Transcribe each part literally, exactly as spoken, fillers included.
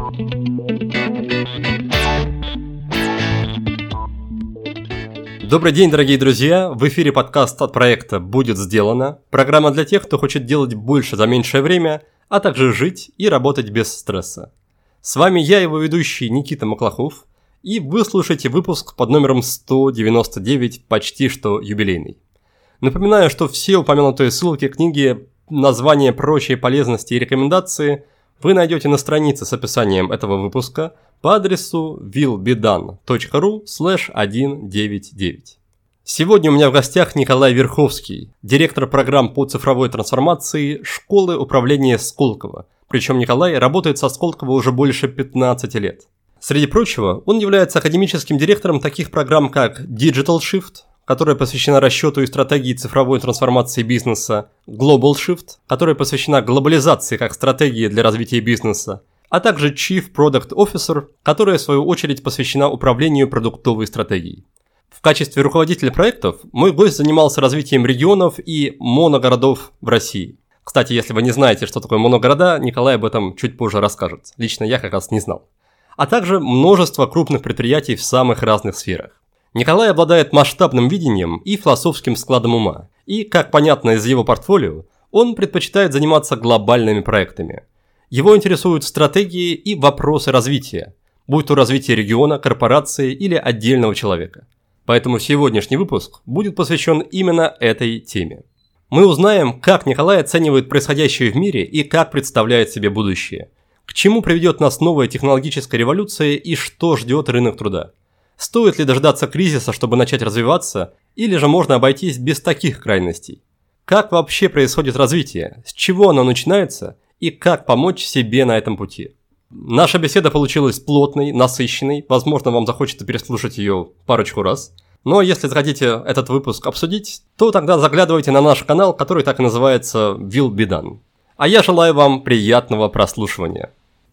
Добрый день, дорогие друзья! В эфире подкаст от проекта «Будет сделано». Программа для тех, кто хочет делать больше за меньшее время, а также жить и работать без стресса. С вами я, его ведущий Никита Маклахов, и вы слушаете выпуск под номером сто девяносто девять, почти что юбилейный. Напоминаю, что все упомянутые ссылки, книги, названия, прочие полезности и рекомендации вы найдете на странице с описанием этого выпуска по адресу willbedone.ru слэш сто девяносто девять. Сегодня у меня в гостях Николай Верховский, директор программ по цифровой трансформации Школы управления Сколково. Причем Николай работает со Сколково уже больше пятнадцати лет. Среди прочего, он является академическим директором таких программ, как Digital Shift, которая посвящена расчету и стратегии цифровой трансформации бизнеса, Global Shift, которая посвящена глобализации как стратегии для развития бизнеса, а также Chief Product Officer, которая в свою очередь посвящена управлению продуктовой стратегией. В качестве руководителя проектов мой гость занимался развитием регионов и моногородов в России. Кстати, если вы не знаете, что такое моногорода, Николай об этом чуть позже расскажет. Лично я как раз не знал. А также множество крупных предприятий в самых разных сферах. Николай обладает масштабным видением и философским складом ума. И, как понятно из его портфолио, он предпочитает заниматься глобальными проектами. Его интересуют стратегии и вопросы развития, будь то развитие региона, корпорации или отдельного человека. Поэтому сегодняшний выпуск будет посвящен именно этой теме. Мы узнаем, как Николай оценивает происходящее в мире и как представляет себе будущее. К чему приведет нас новая технологическая революция и что ждет рынок труда. Стоит ли дождаться кризиса, чтобы начать развиваться, или же можно обойтись без таких крайностей? Как вообще происходит развитие, с чего оно начинается и как помочь себе на этом пути? Наша беседа получилась плотной, насыщенной, возможно, вам захочется переслушать ее парочку раз. Но если захотите этот выпуск обсудить, то тогда заглядывайте на наш канал, который так и называется Will Be Done. А я желаю вам приятного прослушивания.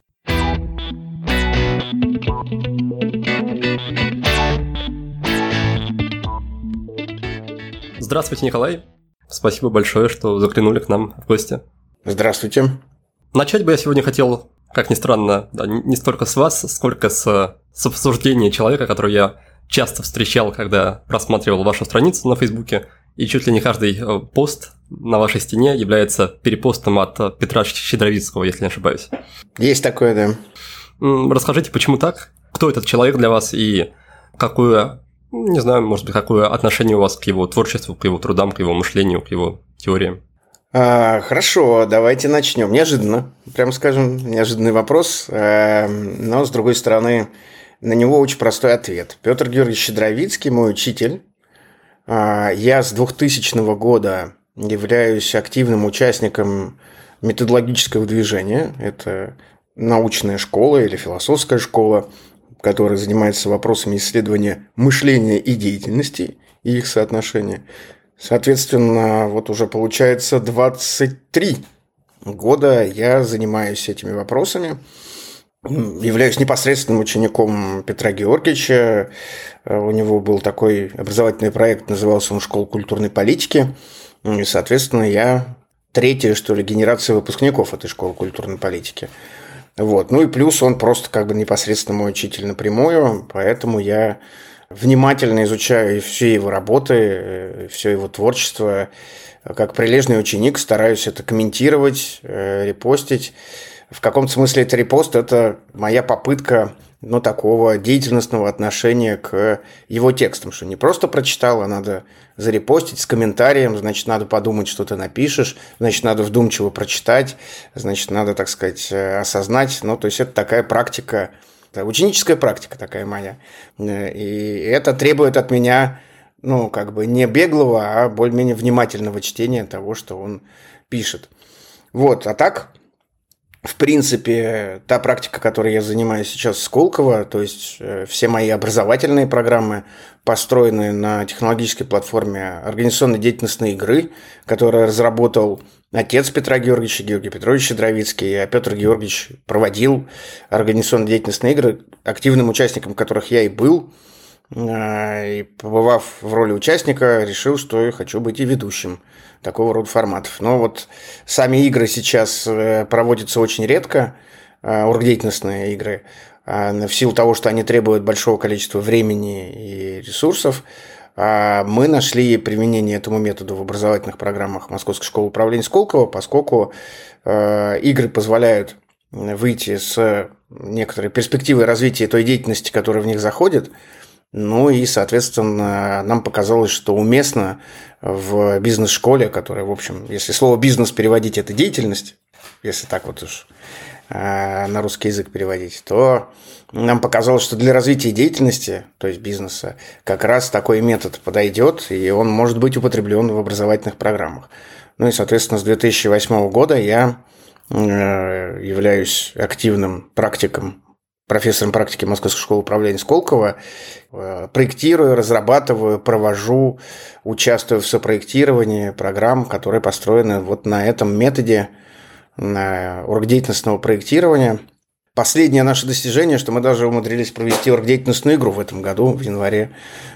Здравствуйте, Николай. Спасибо большое, что заглянули к нам в гости. Здравствуйте. Начать бы я сегодня хотел, как ни странно, да, не столько с вас, сколько с, с обсуждения человека, которого я часто встречал, когда просматривал вашу страницу на Фейсбуке, и чуть ли не каждый пост на вашей стене является перепостом от Петра Щедровицкого, если не ошибаюсь. Есть такое, да. Расскажите, почему так? Кто этот человек для вас и какое, не знаю, может быть, какое отношение у вас к его творчеству, к его трудам, к его мышлению, к его теориям? А, хорошо, давайте начнем. Неожиданно, прямо скажем, неожиданный вопрос, но, с другой стороны, на него очень простой ответ. Петр Георгиевич Щедровицкий, мой учитель. Я с двухтысячного года являюсь активным участником методологического движения. Это научная школа или философская школа, которая занимается вопросами исследования мышления и деятельности и их соотношения. Соответственно, вот уже получается двадцать три года я занимаюсь этими вопросами. Являюсь непосредственным учеником Петра Георгиевича. У него был такой образовательный проект, назывался он «Школа культурной политики». И, соответственно, я третья, что ли, генерация выпускников этой школы культурной политики. Вот. Ну и плюс он просто как бы непосредственно мой учитель напрямую, поэтому я внимательно изучаю все его работы, все его творчество. Как прилежный ученик стараюсь это комментировать, репостить. В каком-то смысле это репост, это моя попытка, ну, такого деятельностного отношения к его текстам, что не просто прочитал, а надо зарепостить с комментарием, значит, надо подумать, что ты напишешь, значит, надо вдумчиво прочитать, значит, надо, так сказать, осознать. Ну, то есть это такая практика, это ученическая практика такая моя. И это требует от меня, ну, как бы не беглого, а более-менее внимательного чтения того, что он пишет. Вот, а так... В принципе, та практика, которой я занимаюсь сейчас в Сколково, то есть все мои образовательные программы построены на технологической платформе организационно-деятельностной игры, которую разработал отец Петра Георгиевича, Георгий Петрович Щедровицкий, а Петр Георгиевич проводил организационно-деятельностные игры, активным участником которых я и был. И, побывав в роли участника, решил, что я хочу быть и ведущим такого рода форматов. Но вот сами игры сейчас проводятся очень редко. оргдеятельностные игры, в силу того, что они требуют большого количества времени и ресурсов, мы нашли применение этому методу в образовательных программах Московской школы управления Сколково, поскольку игры позволяют выйти с некоторой перспективой развития той деятельности, которая в них заходит. Ну и, соответственно, нам показалось, что уместно в бизнес-школе, которая, в общем, если слово «бизнес» переводить – это деятельность, если так вот уж на русский язык переводить, то нам показалось, что для развития деятельности, то есть бизнеса, как раз такой метод подойдет, и он может быть употреблен в образовательных программах. Ну и, соответственно, с две тысячи восьмого года я являюсь активным практиком, профессором практики Московской школы управления Сколково, проектирую, разрабатываю, провожу, участвую в сопроектировании программ, которые построены вот на этом методе оргдеятельностного проектирования. Последнее наше достижение, что мы даже умудрились провести оргдеятельностную игру в этом году, в январе,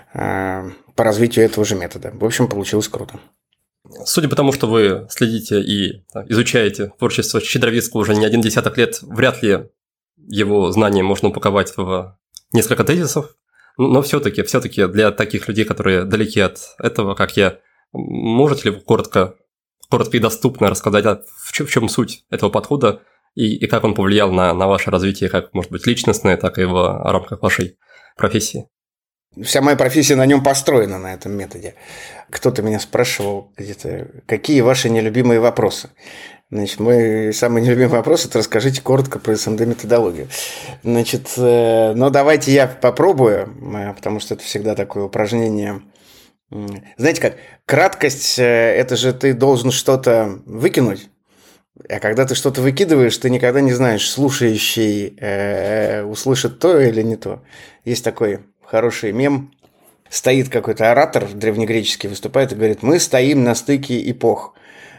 по развитию этого же метода. В общем, получилось круто. Судя по тому, что вы следите и изучаете творчество Щедровицкого уже не один десяток лет, вряд ли его знания можно упаковать в несколько тезисов, но все-таки, все-таки для таких людей, которые далеки от этого, как я, можете ли вы коротко, коротко и доступно рассказать, в чем, в чем суть этого подхода и, и как он повлиял на, на ваше развитие, как, может быть, личностное, так и в рамках вашей профессии? Вся моя профессия на нем построена, на этом методе. Кто-то меня спрашивал где-то, какие ваши нелюбимые вопросы. Значит, мой самый нелюбимый вопрос – это расскажите коротко про эс эм дэ-методологию. Значит, ну давайте я попробую, потому что это всегда такое упражнение. Знаете как, краткость – это же ты должен что-то выкинуть, а когда ты что-то выкидываешь, ты никогда не знаешь, слушающий э, услышит то или не то. Есть такой хороший мем. Стоит какой-то оратор древнегреческий, выступает и говорит: мы стоим на стыке эпох.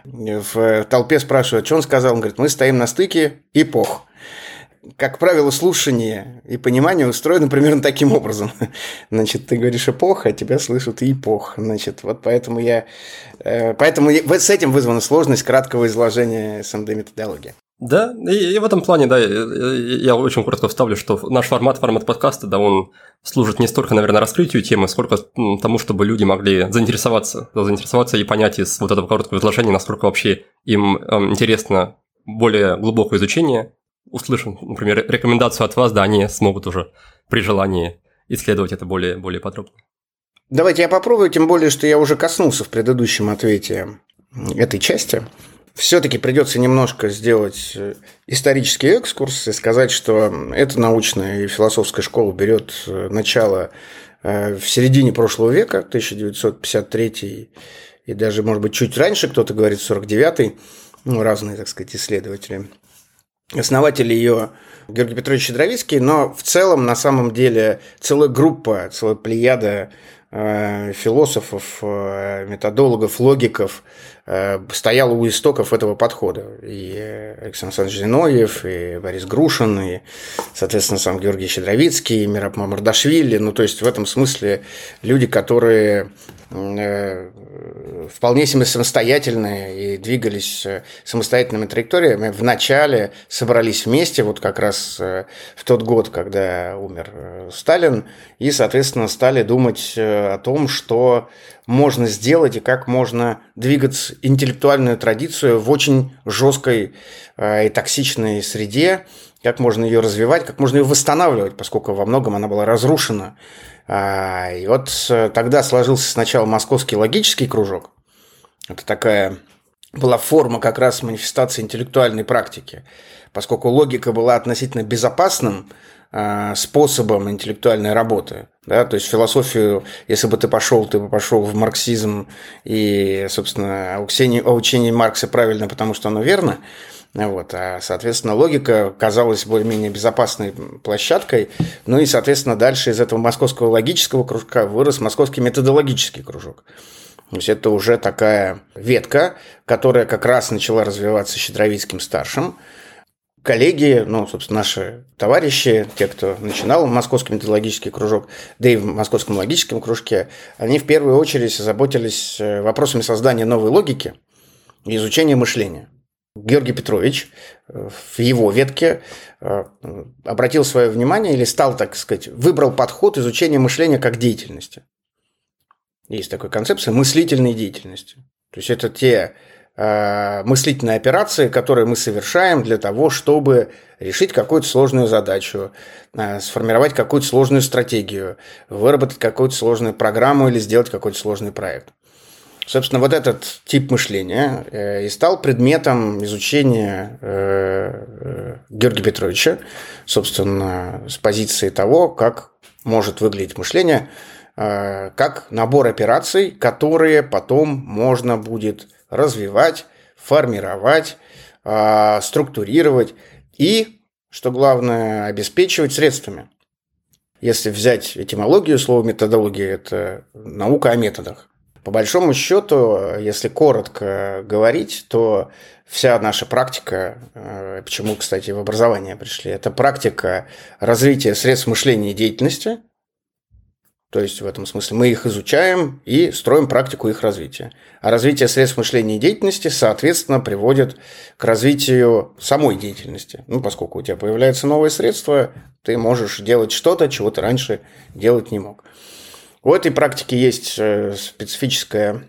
В толпе спрашивают, что он сказал. Он говорит: мы стоим на стыке эпох. Как правило, слушание и понимание устроено примерно таким образом. Значит, ты говоришь эпоха, а тебя слышат и эпох. Значит, вот поэтому я... Поэтому с этим вызвана сложность краткого изложения эс эм дэ-методологии. Да, и, и в этом плане, да, я очень коротко вставлю, что наш формат, формат подкаста, да, он служит не столько, наверное, раскрытию темы, сколько тому, чтобы люди могли заинтересоваться, заинтересоваться и понять из вот этого короткого изложения, насколько вообще им интересно более глубокое изучение. Услышим, например, рекомендацию от вас, да, они смогут уже при желании исследовать это более, более подробно. Давайте я попробую, тем более, что я уже коснулся в предыдущем ответе этой части. Все-таки придется немножко сделать исторический экскурс и сказать, что эта научная и философская школа берет начало в середине прошлого века, тысяча девятьсот пятьдесят третий, и даже, может быть, чуть раньше, кто-то говорит сорок девятый, ну, разные, так сказать, исследователи. Основатель ее Георгий Петрович Щедровицкий, но в целом, на самом деле, целая группа, целая плеяда э, философов, э, методологов, логиков э, стояла у истоков этого подхода. И Александр Александрович Зиновьев, и Борис Грушин, и, соответственно, сам Георгий Щедровицкий, и Мераб Мамардашвили. Ну, то есть, в этом смысле люди, которые... вполне себе самостоятельные и двигались самостоятельными траекториями, вначале собрались вместе, вот как раз в тот год, когда умер Сталин, и, соответственно, стали думать о том, что можно сделать и как можно двигать интеллектуальную традицию в очень жесткой и токсичной среде, как можно ее развивать, как можно ее восстанавливать, поскольку во многом она была разрушена. И вот тогда сложился сначала Московский логический кружок. Это такая была форма как раз манифестации интеллектуальной практики, поскольку логика была относительно безопасным способом интеллектуальной работы. Да? То есть философию, если бы ты пошел, ты бы пошел в марксизм и, собственно, о учении, о учении Маркса правильно, потому что оно верно. Вот, а, соответственно, логика казалась более-менее безопасной площадкой. Ну и, соответственно, дальше из этого московского логического кружка вырос московский методологический кружок. То есть это уже такая ветка, которая как раз начала развиваться Щедровицким-старшим. Коллеги, ну, собственно, наши товарищи, те, кто начинал московский методологический кружок, да и в московском логическом кружке, они в первую очередь озаботились вопросами создания новой логики и изучения мышления. Георгий Петрович в его ветке обратил свое внимание или стал, так сказать, выбрал подход изучения мышления как деятельности. Есть такая концепция мыслительной деятельности. То есть это те э, мыслительные операции, которые мы совершаем для того, чтобы решить какую-то сложную задачу, э, сформировать какую-то сложную стратегию, выработать какую-то сложную программу или сделать какой-то сложный проект. Собственно, вот этот тип мышления э, и стал предметом изучения э, э, Георгия Петровича, собственно, с позиции того, как может выглядеть мышление, как набор операций, которые потом можно будет развивать, формировать, структурировать и, что главное, обеспечивать средствами. Если взять этимологию слова методология, это наука о методах. По большому счету, если коротко говорить, то вся наша практика, почему, кстати, в образование пришли, это практика развития средств мышления и деятельности. То есть в этом смысле мы их изучаем и строим практику их развития. А развитие средств мышления и деятельности, соответственно, приводит к развитию самой деятельности. Ну, поскольку у тебя появляются новые средства, ты можешь делать что-то, чего ты раньше делать не мог. У этой практики есть специфическая,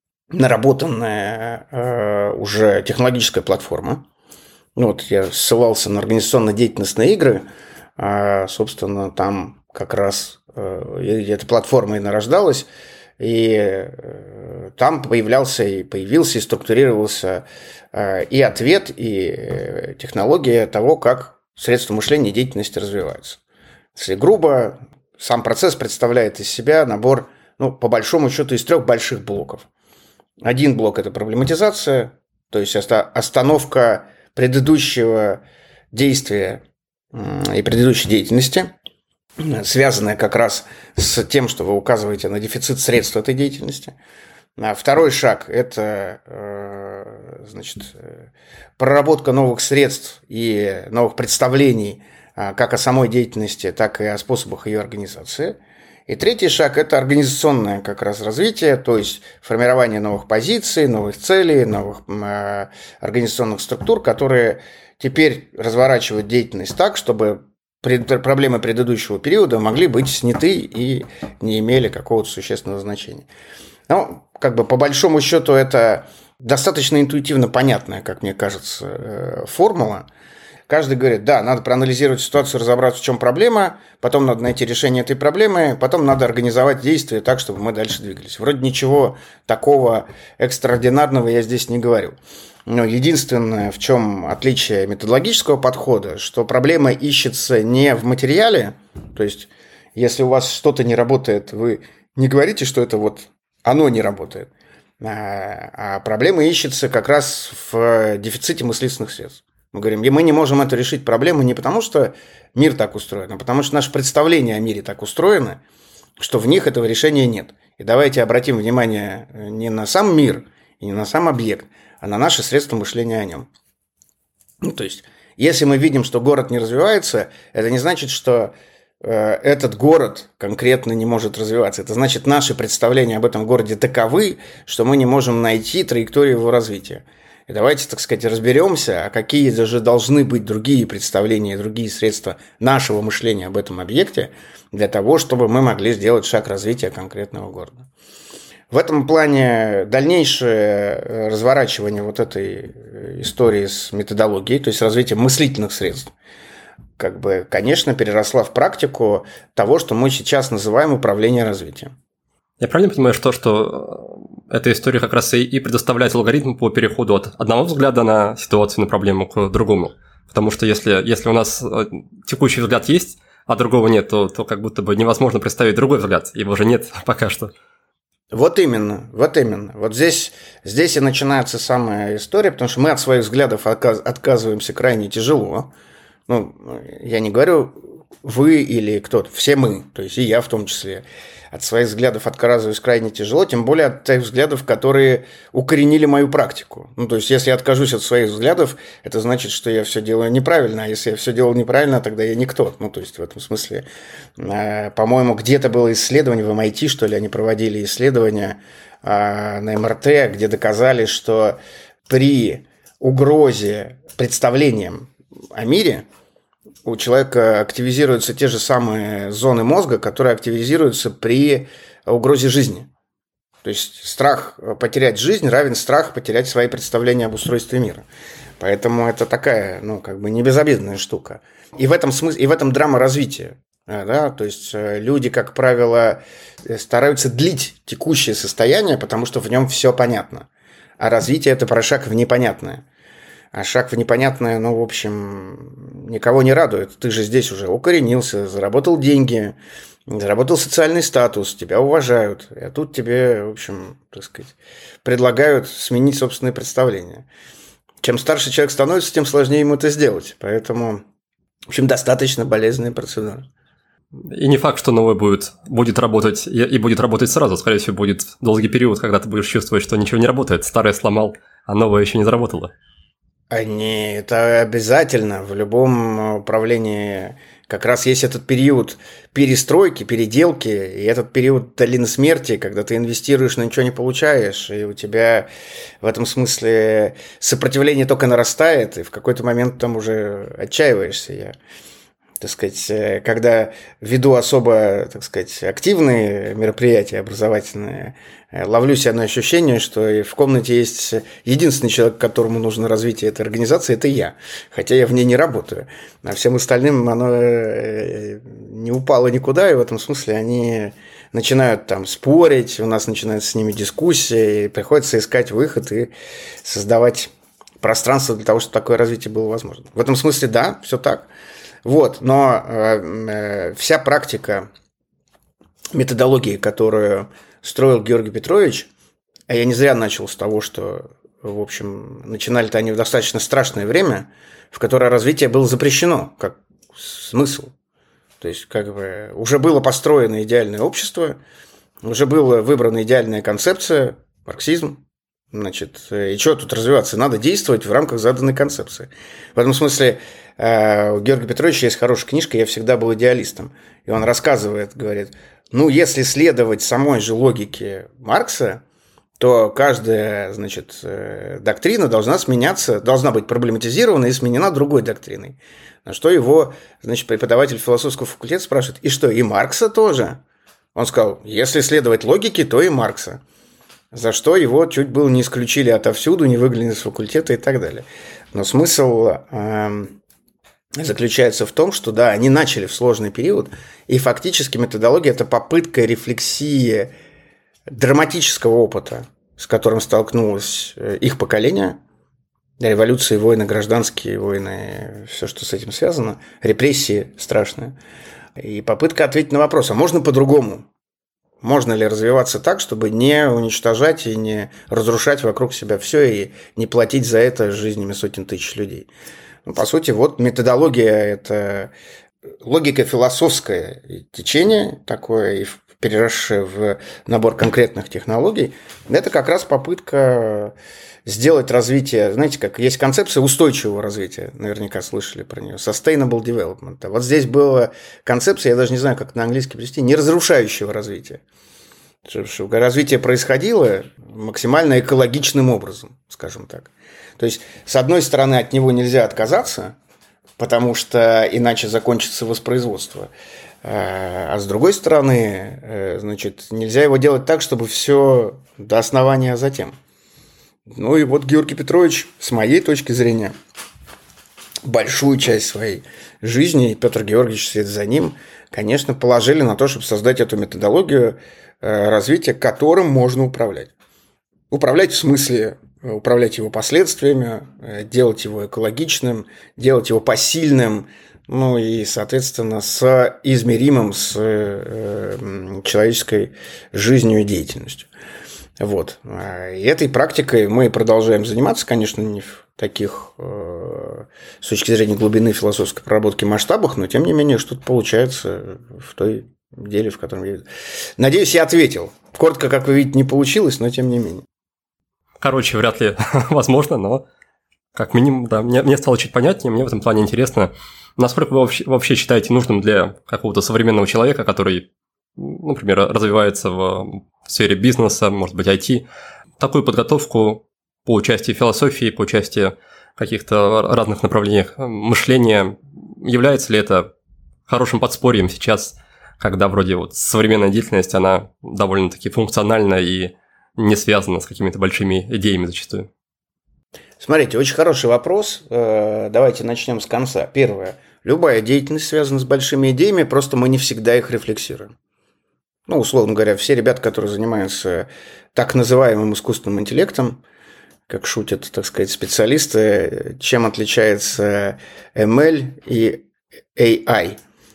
наработанная уже технологическая платформа. Ну, вот я ссылался на организационно-деятельностные игры. Собственно, там как раз эта платформа и нарождалась, и там появлялся и появился и структурировался и ответ, и технология того, как средства мышления и деятельности развиваются. Если грубо, сам процесс представляет из себя набор, ну, по большому счету, из трех больших блоков. Один блок – это проблематизация, то есть остановка предыдущего действия и предыдущей деятельности, связанная как раз с тем, что вы указываете на дефицит средств этой деятельности. Второй шаг – это, значит, проработка новых средств и новых представлений как о самой деятельности, так и о способах ее организации. И третий шаг – это организационное как раз развитие, то есть формирование новых позиций, новых целей, новых организационных структур, которые теперь разворачивают деятельность так, чтобы проблемы предыдущего периода могли быть сняты и не имели какого-то существенного значения. Ну, как бы по большому счету это достаточно интуитивно понятная, как мне кажется, формула. Каждый говорит, да, надо проанализировать ситуацию, разобраться, в чем проблема, потом надо найти решение этой проблемы, потом надо организовать действия так, чтобы мы дальше двигались. Вроде ничего такого экстраординарного я здесь не говорю. Но единственное, в чем отличие методологического подхода, что проблема ищется не в материале, то есть если у вас что-то не работает, вы не говорите, что это вот оно не работает, а проблема ищется как раз в дефиците мыслительных средств. Мы говорим, мы не можем эту решить проблему не потому, что мир так устроен, а потому что наше представление о мире так устроено, что в них этого решения нет. И давайте обратим внимание не на сам мир и не на сам объект, а на наши средства мышления о нем. Ну, то есть, если мы видим, что город не развивается, это не значит, что э, этот город конкретно не может развиваться. Это значит, наши представления об этом городе таковы, что мы не можем найти траекторию его развития. И давайте, так сказать, разберемся, а какие же должны быть другие представления, другие средства нашего мышления об этом объекте для того, чтобы мы могли сделать шаг развития конкретного города. В этом плане дальнейшее разворачивание вот этой истории с методологией, то есть развитие мыслительных средств, как бы, конечно, переросла в практику того, что мы сейчас называем управление развитием. Я правильно понимаю, что, что эта история как раз и предоставляет алгоритм по переходу от одного взгляда на ситуацию, на проблему к другому? Потому что если, если у нас текущий взгляд есть, а другого нет, то, то как будто бы невозможно представить другой взгляд, его же нет пока что. Вот именно, вот именно. Вот здесь, здесь и начинается самая история, потому что мы от своих взглядов отказываемся крайне тяжело. Ну, я не говорю вы или кто-то, все мы, то есть и я в том числе. От своих взглядов отказываюсь крайне тяжело, тем более от тех взглядов, которые укоренили мою практику. Ну, то есть, если я откажусь от своих взглядов, это значит, что я все делаю неправильно, а если я все делал неправильно, тогда я никто. Ну, то есть, в этом смысле, по-моему, где-то было исследование, в эм ай ти, что ли, они проводили исследование на эм эр тэ, где доказали, что при угрозе, представлениям о мире, у человека активизируются те же самые зоны мозга, которые активизируются при угрозе жизни. То есть страх потерять жизнь равен страх потерять свои представления об устройстве мира. Поэтому это такая, ну, как бы не безобидная штука. И в этом смысле, и в этом драма развития. Да? То есть люди, как правило, стараются длить текущее состояние, потому что в нем все понятно. А развитие – это про шаг в непонятное. А шаг в непонятное, ну, в общем, никого не радует. Ты же здесь уже укоренился, заработал деньги, заработал социальный статус, тебя уважают. А тут тебе, в общем, так сказать, предлагают сменить собственные представления. Чем старше человек становится, тем сложнее ему это сделать. Поэтому, в общем, достаточно болезненная процедура. И не факт, что новое будет, будет работать и, и будет работать сразу. Скорее всего, будет долгий период, когда ты будешь чувствовать, что ничего не работает. Старое сломал, а новое еще не заработало. А не, это обязательно. В любом управлении как раз есть этот период перестройки, переделки, и этот период долины смерти, когда ты инвестируешь, но ничего не получаешь, и у тебя в этом смысле сопротивление только нарастает, и в какой-то момент там уже отчаиваешься. Я, так сказать, когда веду особо, так сказать, активные мероприятия образовательные, ловлю себя на ощущение, что и в комнате есть единственный человек, которому нужно развитие этой организации, это я. Хотя я в ней не работаю. А всем остальным оно не упало никуда, и в этом смысле они начинают там спорить, у нас начинаются с ними дискуссии, и приходится искать выход и создавать пространство для того, чтобы такое развитие было возможно. В этом смысле, да, все так. Вот, но э, вся практика методологии, которую строил Георгий Петрович, а я не зря начал с того, что, в общем, начинали-то они в достаточно страшное время, в которое развитие было запрещено, как смысл. То есть, как бы, уже было построено идеальное общество, уже была выбрана идеальная концепция, марксизм. Значит, и что тут развиваться? Надо действовать в рамках заданной концепции. В этом смысле у Георгия Петровича есть хорошая книжка «Я всегда был идеалистом». И он рассказывает, говорит, ну, если следовать самой же логике Маркса, то каждая, значит, доктрина должна сменяться, должна быть проблематизирована и сменена другой доктриной. На что его, значит, преподаватель философского факультета спрашивает, и что, и Маркса тоже? Он сказал, если следовать логике, то и Маркса. За что его чуть было не исключили отовсюду, не выгнали с факультета и так далее. Но смысл э, заключается в том, что да, они начали в сложный период, и фактически методология – это попытка рефлексии драматического опыта, с которым столкнулось их поколение, революции, войны, гражданские войны, все, что с этим связано, репрессии страшные, и попытка ответить на вопрос, а можно по-другому? Можно ли развиваться так, чтобы не уничтожать и не разрушать вокруг себя все и не платить за это жизнями сотен тысяч людей? Ну, по сути, вот методология – это логика философское течение такое, и переросшее в набор конкретных технологий. Это как раз попытка сделать развитие, знаете, как есть концепция устойчивого развития, наверняка слышали про нее, sustainable development. Вот здесь была концепция, я даже не знаю, как на английский перевести, неразрушающего развития. Чтобы развитие происходило максимально экологичным образом, скажем так. То есть, с одной стороны, от него нельзя отказаться, потому что иначе закончится воспроизводство. А с другой стороны, значит, нельзя его делать так, чтобы все до основания, а затем. Ну и вот Георгий Петрович, с моей точки зрения, большую часть своей жизни, и Петр Георгиевич вслед за ним, конечно, положили на то, чтобы создать эту методологию развития, которым можно управлять. Управлять в смысле управлять его последствиями, делать его экологичным, делать его посильным, ну и, соответственно, соизмеримым с человеческой жизнью и деятельностью. Вот. И этой практикой мы продолжаем заниматься, конечно, не в таких, с точки зрения глубины философской проработки, масштабах, но, тем не менее, что-то получается в той деле, в котором я... Надеюсь, я ответил. Коротко, как вы видите, не получилось, но тем не менее. Короче, вряд ли возможно, но как минимум, да, мне, мне стало чуть понятнее, мне в этом плане интересно, насколько вы вообще, вообще считаете нужным для какого-то современного человека, который, например, развивается в сфере бизнеса, может быть, ай ти, такую подготовку по части философии, по части каких-то разных направлениях мышления. Является ли это хорошим подспорьем сейчас, когда вроде вот современная деятельность, она довольно-таки функциональна и не связана с какими-то большими идеями зачастую? Смотрите, очень хороший вопрос. Давайте начнем с конца. Первое. Любая деятельность связана с большими идеями, просто мы не всегда их рефлексируем. Ну, условно говоря, все ребята, которые занимаются так называемым искусственным интеллектом, как шутят, так сказать, специалисты, чем отличается эм эл и эй ай.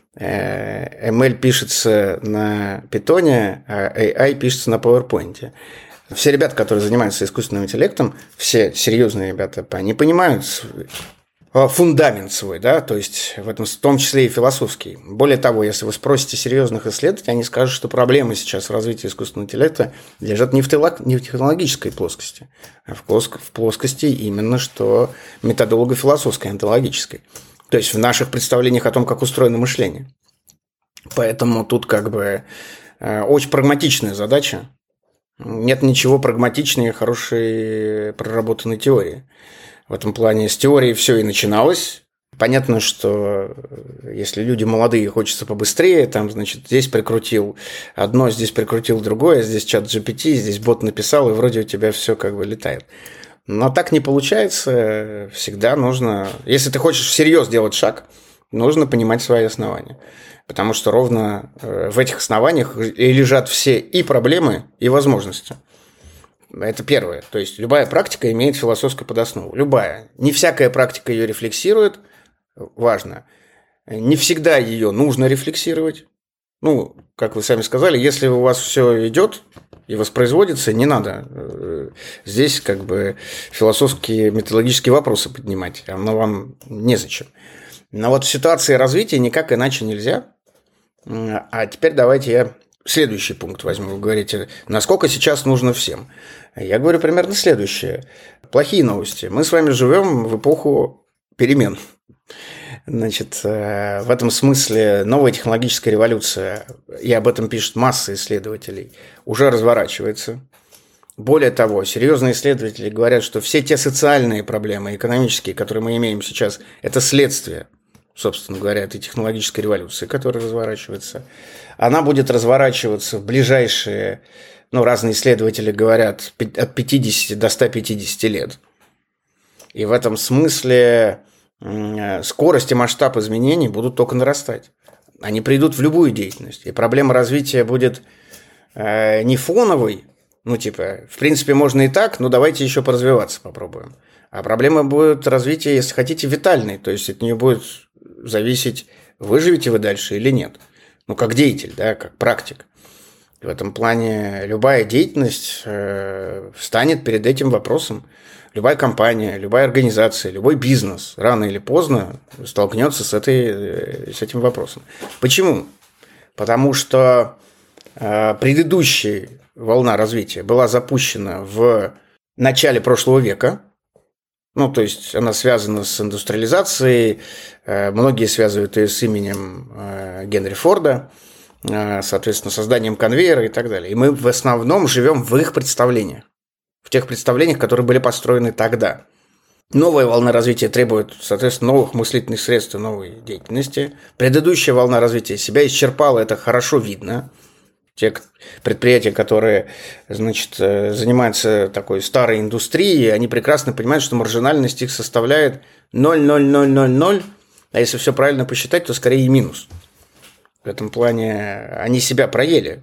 эм эл пишется на питоне, а эй ай пишется на PowerPoint. Все ребята, которые занимаются искусственным интеллектом, все серьезные ребята, они понимают фундамент свой, да, то есть в этом в том числе и философский. Более того, если вы спросите серьезных исследователей, они скажут, что проблемы сейчас в развитии искусственного интеллекта лежат не в, не в технологической плоскости, а в, плоск... в плоскости именно что методолого-философской, онтологической. То есть в наших представлениях о том, как устроено мышление. Поэтому тут как бы очень прагматичная задача. Нет ничего прагматичнее хорошей проработанной теории. В этом плане с теорией все и начиналось. Понятно, что если люди молодые, хочется побыстрее, там, значит, здесь прикрутил одно, здесь прикрутил другое, здесь чат джи пи ти, здесь бот написал, и вроде у тебя все как бы летает. Но так не получается. Всегда нужно... Если ты хочешь всерьез делать шаг, нужно понимать свои основания. Потому что ровно в этих основаниях и лежат все и проблемы, и возможности. Это первое. То есть любая практика имеет философскую подоснову. Любая. Не всякая практика ее рефлексирует. Важно. Не всегда ее нужно рефлексировать. Ну, как вы сами сказали, если у вас все идет и воспроизводится, не надо здесь как бы философские, методологические вопросы поднимать. Оно вам незачем. Но вот в ситуации развития никак иначе нельзя. А теперь давайте я следующий пункт возьму. Вы говорите, насколько сейчас нужно всем. Я говорю примерно следующее. Плохие новости. Мы с вами живем в эпоху перемен. Значит, в этом смысле новая технологическая революция, и об этом пишет масса исследователей, уже разворачивается. Более того, серьезные исследователи говорят, что все те социальные проблемы, экономические, которые мы имеем сейчас, это следствие, собственно говоря, этой технологической революции, которая разворачивается. Она будет разворачиваться в ближайшие, ну, разные исследователи говорят, от пятидесяти до ста пятидесяти лет. И в этом смысле скорость и масштаб изменений будут только нарастать. Они придут в любую деятельность. И проблема развития будет не фоновой, ну, типа, в принципе, можно и так, но давайте еще поразвиваться попробуем. А проблема будет развития, если хотите, витальной, то есть от нее будет зависеть, выживете вы дальше или нет. Ну, как деятель, да, как практик. В этом плане любая деятельность э, встанет перед этим вопросом. Любая компания, любая организация, любой бизнес рано или поздно столкнется с, этой, с этим вопросом. Почему? Потому что э, предыдущая волна развития была запущена в начале прошлого века. Ну, то есть она связана с индустриализацией, многие связывают ее с именем Генри Форда, соответственно, созданием конвейера и так далее. И мы в основном живем в их представлениях, в тех представлениях, которые были построены тогда. Новая волна развития требует, соответственно, новых мыслительных средств и новой деятельности. Предыдущая волна развития себя исчерпала, это хорошо видно. Те предприятия, которые, значит, занимаются такой старой индустрией, они прекрасно понимают, что маржинальность их составляет ноль целых ноль ноль ноль ноль, а если все правильно посчитать, то скорее и минус. В этом плане они себя проели.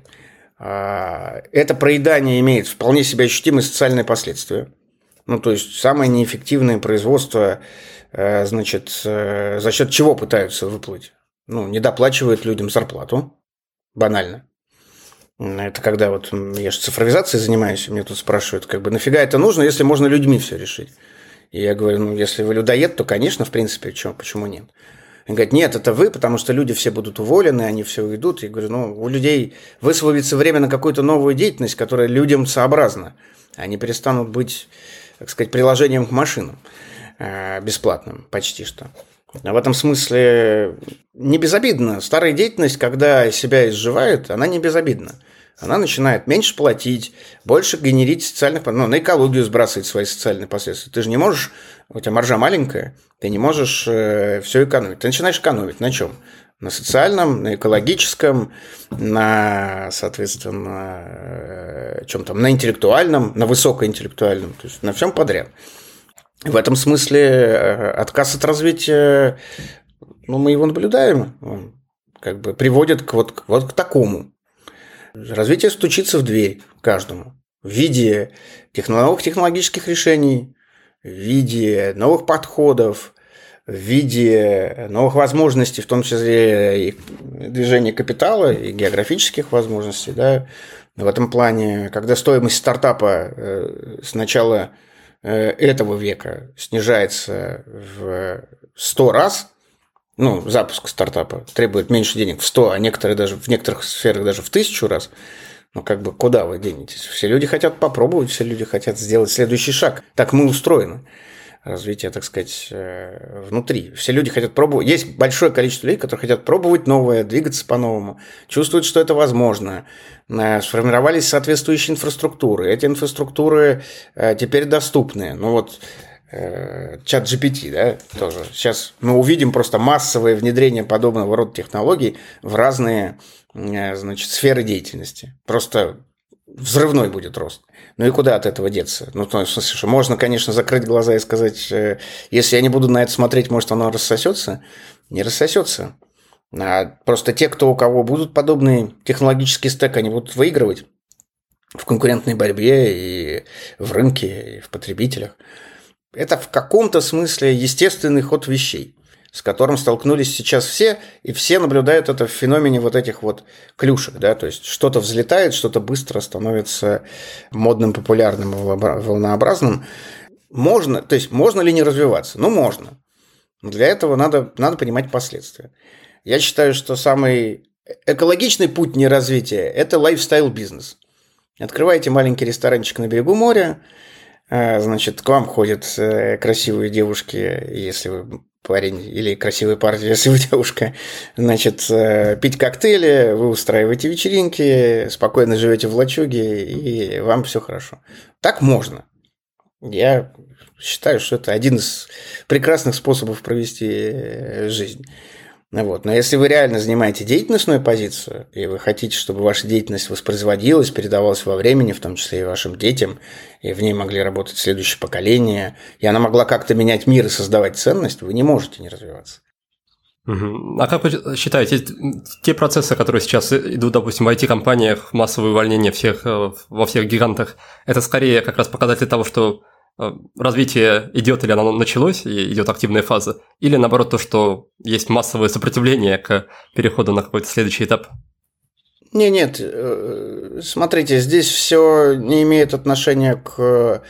Это проедание имеет вполне себе ощутимые социальные последствия. Ну, то есть самое неэффективное производство, значит, за счет чего пытаются выплыть? Ну, не доплачивают людям зарплату, банально. Это когда вот я же цифровизацией занимаюсь, мне тут спрашивают, как бы нафига это нужно, если можно людьми все решить. И я говорю, ну, если вы людоед, то, конечно, в принципе, чё, почему нет? Они говорят, нет, это вы, потому что люди все будут уволены, они все уйдут. Я говорю, ну, у людей высвободится время на какую-то новую деятельность, которая людям сообразна. Они перестанут быть, так сказать, приложением к машинам бесплатным почти что. В этом смысле не безобидно. Старая деятельность, когда себя изживают, она не безобидна. Она начинает меньше платить, больше генерить социальных... Ну, на экологию сбрасывать свои социальные последствия. Ты же не можешь... У тебя маржа маленькая, ты не можешь э, все экономить. Ты начинаешь экономить. На чем? На социальном, на экологическом, на, соответственно, э, чем там, на интеллектуальном, на высокоинтеллектуальном. То есть на всем подряд. В этом смысле э, отказ от развития, ну, мы его наблюдаем, он как бы приводит к, вот, вот к такому. Развитие стучится в дверь каждому в виде новых технологических решений, в виде новых подходов, в виде новых возможностей, в том числе и движения капитала, и географических возможностей. Да. В этом плане, когда стоимость стартапа с начала этого века снижается в сто раз, ну, запуск стартапа требует меньше денег в сто, а некоторые даже в некоторых сферах даже в тысячу раз. Ну, как бы, куда вы денетесь? Все люди хотят попробовать, все люди хотят сделать следующий шаг. Так мы устроены. Развитие, так сказать, внутри. Все люди хотят пробовать. Есть большое количество людей, которые хотят пробовать новое, двигаться по-новому, чувствуют, что это возможно. Сформировались соответствующие инфраструктуры. Эти инфраструктуры теперь доступны. Ну, вот... Чат джи пи ти, да, тоже. Сейчас мы увидим просто массовое внедрение подобного рода технологий в разные, значит, сферы деятельности. Просто взрывной будет рост. Ну и куда от этого деться? Ну, в смысле, что можно, конечно, закрыть глаза и сказать, если я не буду на это смотреть, может, оно рассосется? Не рассосется. А просто те, кто у кого будут подобные технологические стек, они будут выигрывать в конкурентной борьбе и в рынке, и в потребителях. Это в каком-то смысле естественный ход вещей, с которым столкнулись сейчас все, и все наблюдают это в феномене вот этих вот клюшек, да, то есть что-то взлетает, что-то быстро становится модным, популярным, волнообразным. Можно, то есть можно ли не развиваться? Ну, можно. Но для этого надо, надо понимать последствия. Я считаю, что самый экологичный путь неразвития – это лайфстайл-бизнес. Открываете маленький ресторанчик на берегу моря, значит, к вам ходят красивые девушки, если вы парень, или красивый парень, если вы девушка, значит, пить коктейли, вы устраиваете вечеринки, спокойно живете в лачуге, и вам все хорошо. Так можно. Я считаю, что это один из прекрасных способов провести жизнь. Вот. Но если вы реально занимаете деятельностную позицию, и вы хотите, чтобы ваша деятельность воспроизводилась, передавалась во времени, в том числе и вашим детям, и в ней могли работать следующее поколение, и она могла как-то менять мир и создавать ценность, вы не можете не развиваться. А как вы считаете, те процессы, которые сейчас идут, допустим, в ай ти-компаниях, массовое увольнение всех во всех гигантах, это скорее как раз показатель того, что развитие идет или оно началось, и идет активная фаза, или наоборот то, что есть массовое сопротивление к переходу на какой-то следующий этап? Не, нет, смотрите, здесь все не имеет отношения к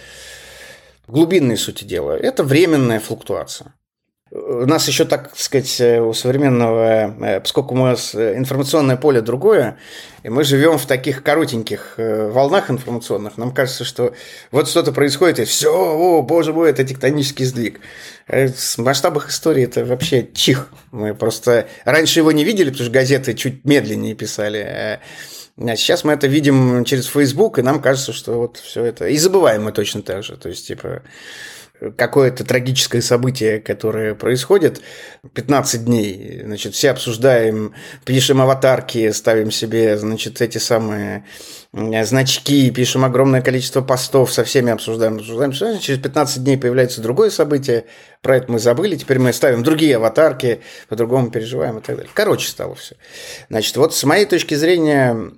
глубинной сути дела. Это временная флуктуация. У нас еще, так сказать, у современного, поскольку у нас информационное поле другое, и мы живем в таких коротеньких волнах информационных, нам кажется, что вот что-то происходит, и все, о, боже мой, это тектонический сдвиг. В масштабах истории это вообще чих. Мы просто раньше его не видели, потому что газеты чуть медленнее писали. А сейчас мы это видим через Facebook, и нам кажется, что вот все это... И забываем мы точно так же. То есть, типа... какое-то трагическое событие, которое происходит, пятнадцать дней, значит, все обсуждаем, пишем аватарки, ставим себе, значит, эти самые значки, пишем огромное количество постов, со всеми обсуждаем, обсуждаем, через пятнадцать дней появляется другое событие, про это мы забыли, теперь мы ставим другие аватарки, по-другому переживаем и так далее. Короче стало все. Значит, вот с моей точки зрения,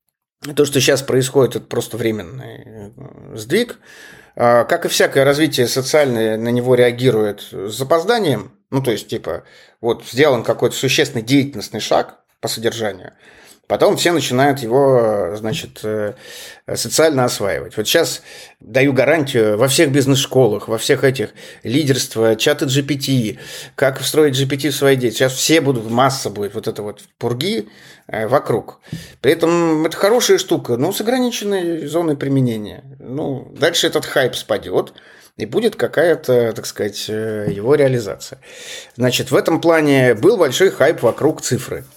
то, что сейчас происходит, это просто временный сдвиг. Как и всякое развитие социальное, на него реагирует с запозданием. Ну, то есть, типа, вот сделан какой-то существенный деятельностный шаг по содержанию, потом все начинают его, значит, социально осваивать. Вот сейчас даю гарантию во всех бизнес-школах, во всех этих лидерства, чаты джи пи ти, как встроить джи пи ти в свои деятельность. Сейчас все будут, масса будет вот это вот пурги вокруг. При этом это хорошая штука, но с ограниченной зоной применения. Ну, дальше этот хайп спадет, и будет какая-то, так сказать, его реализация. Значит, в этом плане был большой хайп вокруг цифры.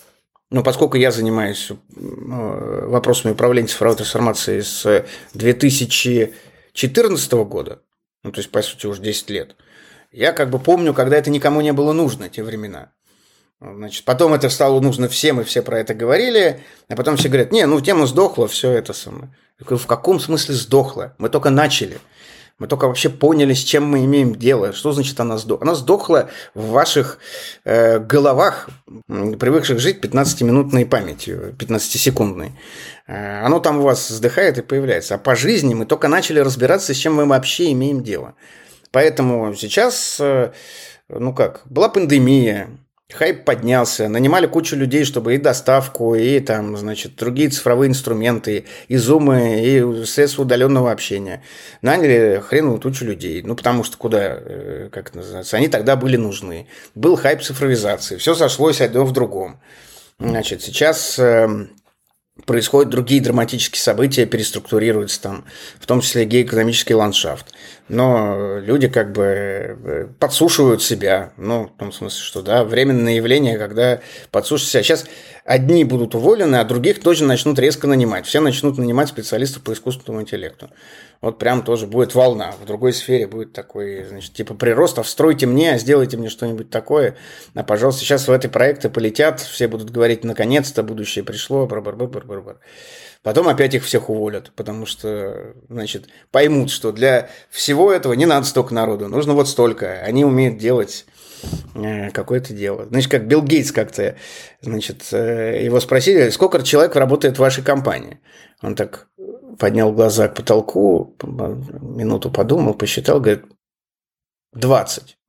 Но поскольку я занимаюсь вопросами управления цифровой трансформацией с две тысячи четырнадцатого года, ну, то есть, по сути, уже десять лет, я как бы помню, когда это никому не было нужно, те времена. Значит, потом это стало нужно всем, и все про это говорили, а потом все говорят, не, ну, тема сдохла, все это самое. Я говорю, в каком смысле сдохла? Мы только начали. Мы только вообще поняли, с чем мы имеем дело. Что значит она сдохла? Она сдохла в ваших э, головах, привыкших жить пятнадцатиминутной памятью, пятнадцатисекундной. Э, оно там у вас вздыхает и появляется. А по жизни мы только начали разбираться, с чем мы вообще имеем дело. Поэтому сейчас, э, ну как, была пандемия, хайп поднялся, нанимали кучу людей, чтобы и доставку, и там, значит, другие цифровые инструменты, и зумы, и средства удаленного общения. Наняли хреновую тучу людей. Ну, потому что куда, как это называется, они тогда были нужны. Был хайп цифровизации, все сошлось одно в другом. Значит, сейчас происходят другие драматические события, переструктурируются там, в том числе геоэкономический ландшафт. Но люди как бы подсушивают себя, ну, в том смысле, что, да, временное явление, когда подсушивают себя. Сейчас одни будут уволены, а других тоже начнут резко нанимать. Все начнут нанимать специалистов по искусственному интеллекту. Вот прям тоже будет волна. В другой сфере будет такой, значит, типа прирост, а встройте мне, а сделайте мне что-нибудь такое. А, пожалуйста, сейчас в эти проекты полетят, все будут говорить, наконец-то будущее пришло, бар-бар-бар-бар-бар. Потом опять их всех уволят, потому что, значит, поймут, что для всего этого не надо столько народу, нужно вот столько. Они умеют делать какое-то дело. Значит, как Билл Гейтс как-то, значит, его спросили, сколько человек работает в вашей компании? Он так поднял глаза к потолку, минуту подумал, посчитал, говорит, двадцать.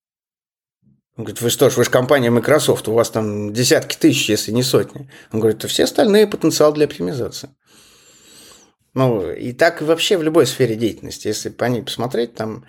Он говорит, вы что ж, вы же компания Microsoft, у вас там десятки тысяч, если не сотни. Он говорит, а все остальные потенциал для оптимизации. Ну, и так вообще в любой сфере деятельности, если по ней посмотреть, там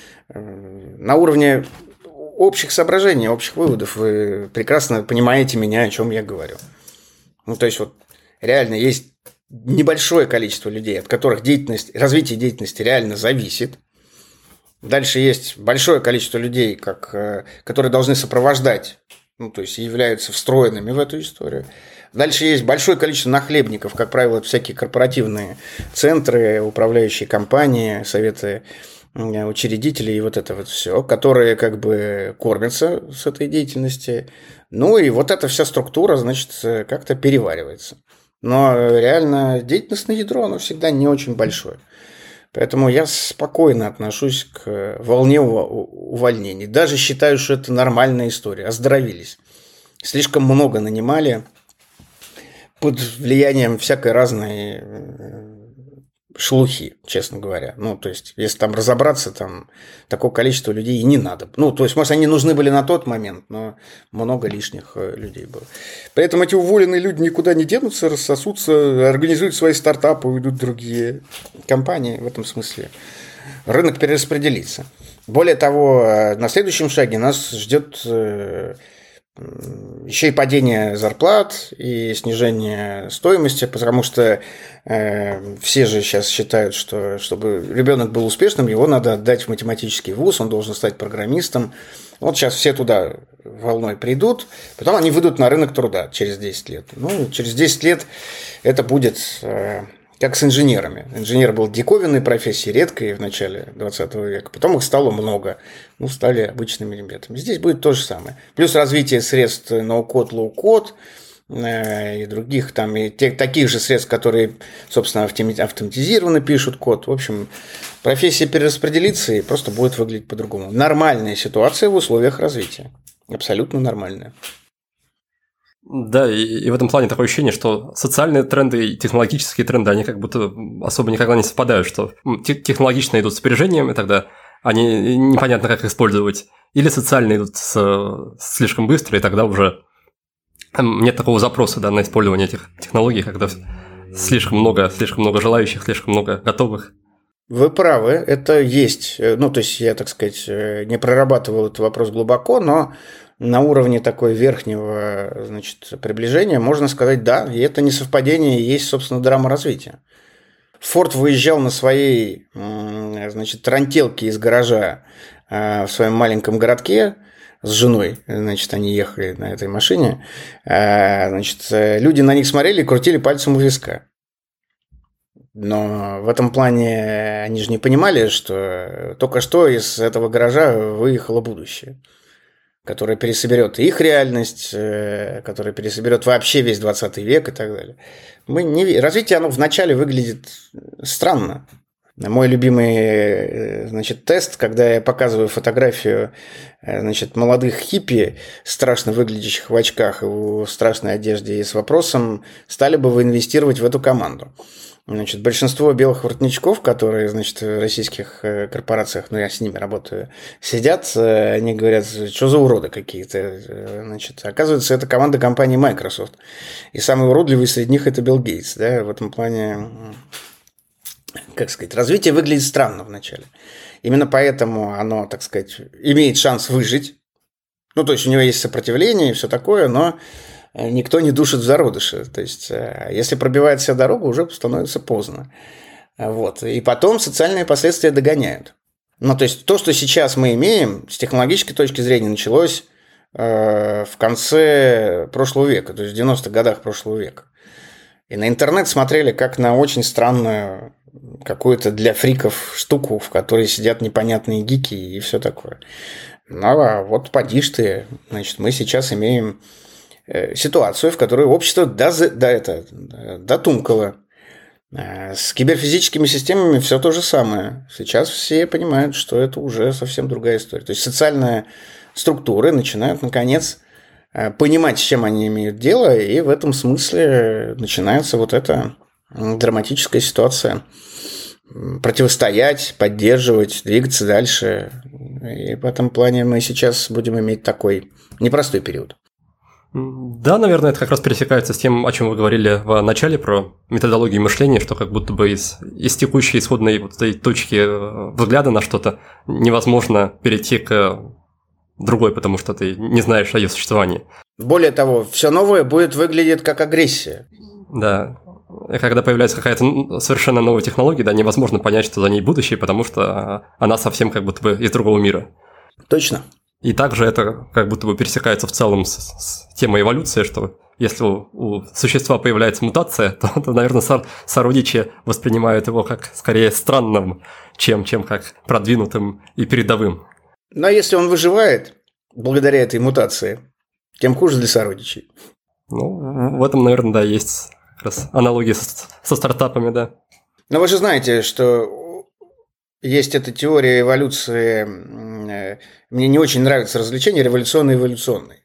на уровне общих соображений, общих выводов вы прекрасно понимаете меня, о чем я говорю. Ну, то есть, вот реально есть небольшое количество людей, от которых деятельность, развитие деятельности реально зависит. Дальше есть большое количество людей, как, которые должны сопровождать, ну, то есть являются встроенными в эту историю. Дальше есть большое количество нахлебников, как правило, всякие корпоративные центры, управляющие компании, советы учредителей и вот это вот все, которые как бы кормятся с этой деятельности. Ну и вот эта вся структура, значит, как-то переваривается. Но реально деятельностное ядро, оно всегда не очень большое. Поэтому я спокойно отношусь к волне увольнений. Даже считаю, что это нормальная история. Оздоровились. Слишком много нанимали под влиянием всякой разной шелухи, честно говоря. Ну, то есть, если там разобраться, там такого количества людей и не надо. Ну, то есть, может, они нужны были на тот момент, но много лишних людей было. Поэтому эти уволенные люди никуда не денутся, рассосутся, организуют свои стартапы, уйдут в другие компании. В этом смысле рынок перераспределится. Более того, на следующем шаге нас ждет еще и падение зарплат и снижение стоимости, потому что э, все же сейчас считают, что чтобы ребенок был успешным, его надо отдать в математический вуз, он должен стать программистом. Вот сейчас все туда волной придут, потом они выйдут на рынок труда через десять лет. Ну, через десять лет это будет э, как с инженерами. Инженер был диковинной профессией, редкой в начале двадцатого века, потом их стало много, ну, стали обычными ребятами. Здесь будет то же самое. Плюс развитие средств ноу-код, лоу-код э, и других там, и тех, таких же средств, которые, собственно, автоматизированно пишут код. В общем, профессия перераспределится и просто будет выглядеть по-другому. Нормальная ситуация в условиях развития. Абсолютно нормальная. Да, и, и в этом плане такое ощущение, что социальные тренды и технологические тренды, они как будто особо никогда не совпадают, что технологичные идут с опережением, и тогда они непонятно, как их использовать, или социальные идут с, слишком быстро, и тогда уже нет такого запроса, да, на использование этих технологий, когда слишком много, слишком много желающих, слишком много готовых. Вы правы, это есть. Ну, то есть я, так сказать, не прорабатывал этот вопрос глубоко, но на уровне такой верхнего, значит, приближения можно сказать, да, и это не совпадение, и есть, собственно, драма развития. Форд выезжал на своей, значит, тарантелке из гаража в своем маленьком городке, с женой, значит, они ехали на этой машине, значит, люди на них смотрели и крутили пальцем у виска. Но в этом плане они же не понимали, что только что из этого гаража выехало будущее, которое пересоберет их реальность, которое пересоберет вообще весь двадцатый век и так далее. Мы не... Развитие оно вначале выглядит странно. Мой любимый, значит, тест, когда я показываю фотографию, значит, молодых хиппи, страшно выглядящих в очках и в страшной одежде, и с вопросом, стали бы вы инвестировать в эту команду. Значит, большинство белых воротничков, которые, значит, в российских корпорациях, ну, я с ними работаю, сидят, они говорят, что за уроды какие-то. Значит, оказывается, это команда компании Microsoft. И самый уродливый среди них – это Билл Гейтс. Да? В этом плане, как сказать, развитие выглядит странно вначале. Именно поэтому оно, так сказать, имеет шанс выжить. Ну, то есть, у него есть сопротивление и все такое, но никто не душит в зародыше. То есть, если пробивает себя дорогу, уже становится поздно. Вот. И потом социальные последствия догоняют. Ну, то есть, то, что сейчас мы имеем, с технологической точки зрения, началось э, в конце прошлого века, то есть в девяностых годах прошлого века. И на интернет смотрели как на очень странную какую-то для фриков штуку, в которой сидят непонятные гики и все такое. Ну, а вот поди ж ты, значит, мы сейчас имеем ситуацию, в которой общество до, до это, дотумкало. С киберфизическими системами все то же самое. Сейчас все понимают, что это уже совсем другая история. То есть социальные структуры начинают, наконец, понимать, с чем они имеют дело, и в этом смысле начинается вот эта драматическая ситуация. Противостоять, поддерживать, двигаться дальше. И в этом плане мы сейчас будем иметь такой непростой период. Да, наверное, это как раз пересекается с тем, о чем вы говорили в начале про методологию мышления, что как будто бы из, из текущей исходной вот этой точки взгляда на что-то невозможно перейти к другой, потому что ты не знаешь о ее существовании. Более того, все новое будет выглядеть как агрессия. Да. И когда появляется какая-то совершенно новая технология, да, невозможно понять, что за ней будущее, потому что она совсем как будто бы из другого мира. Точно. И также это как будто бы пересекается в целом с, с темой эволюции, что если у, у существа появляется мутация, то, то наверное, сор, сородичи воспринимают его как скорее странным, чем, чем как продвинутым и передовым. Но если он выживает благодаря этой мутации, тем хуже для сородичей. Ну, в этом, наверное, да, есть как раз аналогии со, со стартапами, да. Но вы же знаете, что есть эта теория эволюции. Мне не очень нравится развлечение революционно-эволюционный.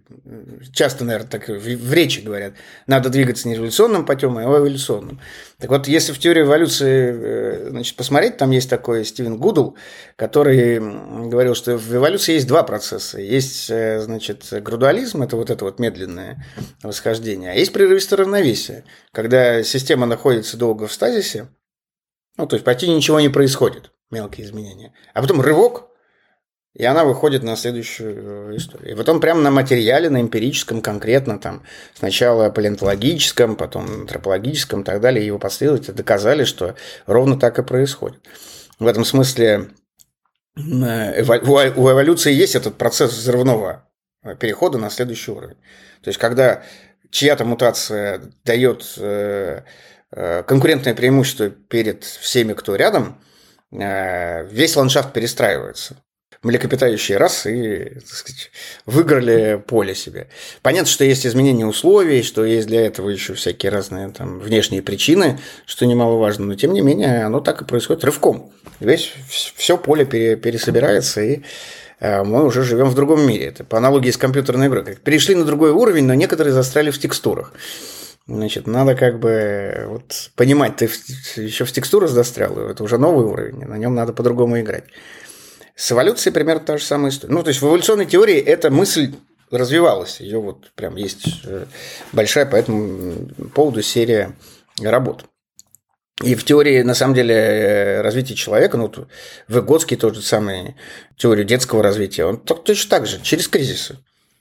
Часто, наверное, так в речи говорят. Надо двигаться не революционным путем, а эволюционным. Так вот, если в теорию эволюции, значит, посмотреть, там есть такой Стивен Гудл, который говорил, что в эволюции есть два процесса. Есть, значит, градуализм, это вот это вот медленное восхождение, а есть прерывистое равновесие, когда система находится долго в стазисе, ну, то есть почти ничего не происходит, мелкие изменения, а потом рывок, и она выходит на следующую историю. И потом прямо на материале, на эмпирическом конкретно, там, сначала палеонтологическом, потом антропологическом и так далее, его последователи доказали, что ровно так и происходит. В этом смысле у эволюции есть этот процесс взрывного перехода на следующий уровень. То есть, когда чья-то мутация дает конкурентное преимущество перед всеми, кто рядом, весь ландшафт перестраивается. Млекопитающие расы и, так сказать, выиграли поле себе. Понятно, что есть изменения условий, что есть для этого еще всякие разные там внешние причины, что немаловажно, но тем не менее оно так и происходит рывком. Весь, все поле пересобирается, и мы уже живем в другом мире. Это по аналогии с компьютерной игрой. Перешли на другой уровень, но некоторые застряли в текстурах. Значит, надо как бы вот понимать, ты еще в текстурах застрял, это уже новый уровень, на нем надо по-другому играть. С эволюцией примерно та же самая история. Ну, то есть в эволюционной теории эта мысль развивалась, ее вот прям есть большая по этому поводу серия работ. И в теории, на самом деле, развития человека, ну, Выготский тот же самый, теорию детского развития, он точно так же, через кризисы.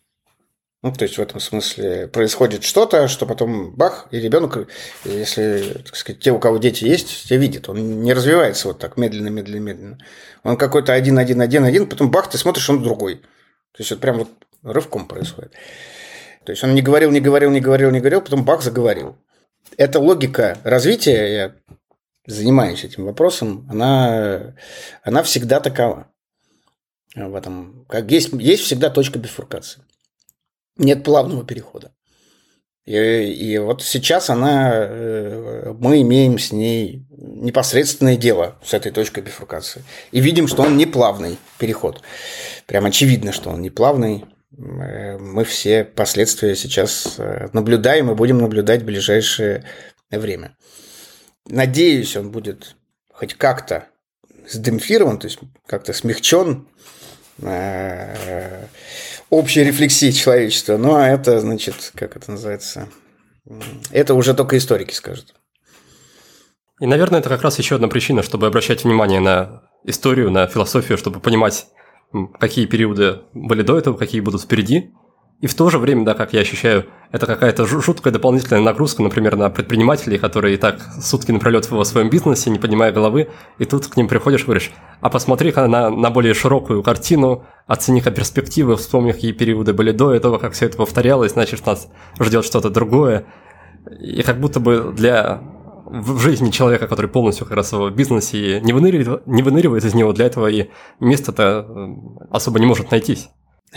Ну, то есть в этом смысле происходит что-то, что потом бах, и ребенок, если, так сказать, те, у кого дети есть, те видят, он не развивается вот так медленно, медленно, медленно. Он какой-то один, один, один, один, потом бах, ты смотришь, он другой. То есть, это прям вот рывком происходит. То есть, он не говорил, не говорил, не говорил, не говорил, потом бах, заговорил. Эта логика развития, я занимаюсь этим вопросом, она, она всегда такова. В этом, как есть, есть всегда точка бифуркации. Нет плавного перехода. И, и вот сейчас она, мы имеем с ней непосредственное дело, с этой точкой бифуркации. И видим, что он не плавный переход. Прям очевидно, что он не плавный. Мы все последствия сейчас наблюдаем и будем наблюдать в ближайшее время. Надеюсь, он будет хоть как-то сдемпфирован, то есть как-то смягчен общей рефлексии человечества. Но это, значит, как это называется, это уже только историки скажут. И, наверное, это как раз еще одна причина, чтобы обращать внимание на историю, на философию, чтобы понимать, какие периоды были до этого, какие будут впереди. И в то же время, да, как я ощущаю, это какая-то жуткая дополнительная нагрузка, например, на предпринимателей, которые и так сутки напролет в своем бизнесе, не поднимая головы, и тут к ним приходишь и говоришь: а посмотри-ка на, на более широкую картину, оцени-ка перспективы, вспомни, какие периоды были до этого, как все это повторялось, значит, нас ждет что-то другое. И как будто бы для в жизни человека, который полностью как раз в бизнесе не выныривает, не выныривает из него, для этого и место-то особо не может найтись.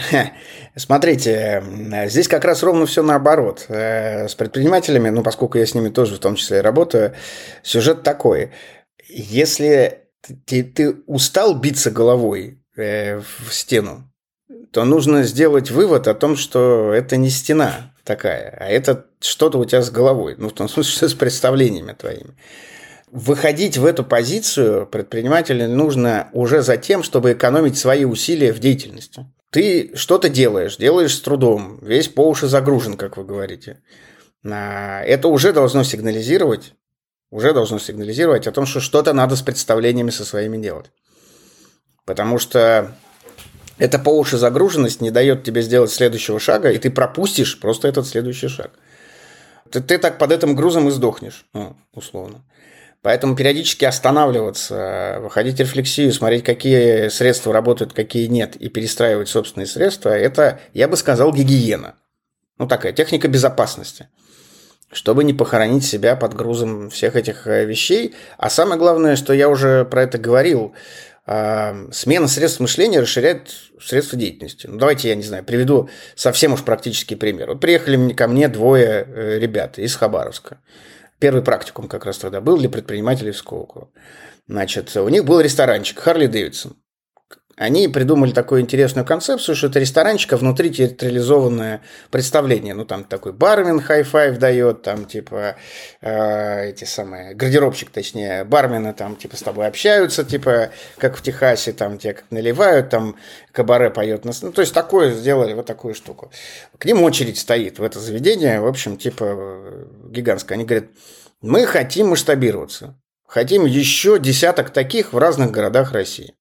Смотрите, здесь как раз ровно все наоборот. С предпринимателями, ну, поскольку я с ними тоже в том числе и работаю, сюжет такой. Если ты, ты устал биться головой в стену, то нужно сделать вывод о том, что это не стена такая, а это что-то у тебя с головой, ну, в том смысле, что с представлениями твоими. Выходить в эту позицию предпринимателю нужно уже за тем, чтобы экономить свои усилия в деятельности. Ты что-то делаешь, делаешь с трудом, весь по уши загружен, как вы говорите. Это уже должно сигнализировать, уже должно сигнализировать о том, что что-то надо с представлениями со своими делать. Потому что эта по уши загруженность не дает тебе сделать следующего шага, и ты пропустишь просто этот следующий шаг. Ты, ты так под этим грузом и сдохнешь, ну, условно. Поэтому периодически останавливаться, выходить в рефлексию, смотреть, какие средства работают, какие нет, и перестраивать собственные средства, это, я бы сказал, гигиена. Ну, такая техника безопасности. Чтобы не похоронить себя под грузом всех этих вещей. А самое главное, что я уже про это говорил, смена средств мышления расширяет средства деятельности. Ну, давайте, я не знаю, приведу совсем уж практический пример. Вот приехали ко мне двое ребят из Хабаровска. Первый практикум как раз тогда был для предпринимателей в Сколково. Значит, у них был ресторанчик Харли Дэвидсон. Они придумали такую интересную концепцию, что это ресторанчик, а внутри театрализованное представление. Ну, там такой бармен хай-файв дает, там, типа, э, эти самые, гардеробщик, точнее, бармены там, типа, с тобой общаются, типа, как в Техасе, там, тебе как наливают, там, кабаре поет. Ну, то есть, такое сделали, вот такую штуку. К ним очередь стоит в это заведение, в общем, типа, гигантская. Они говорят: мы хотим масштабироваться, хотим еще десяток таких в разных городах России.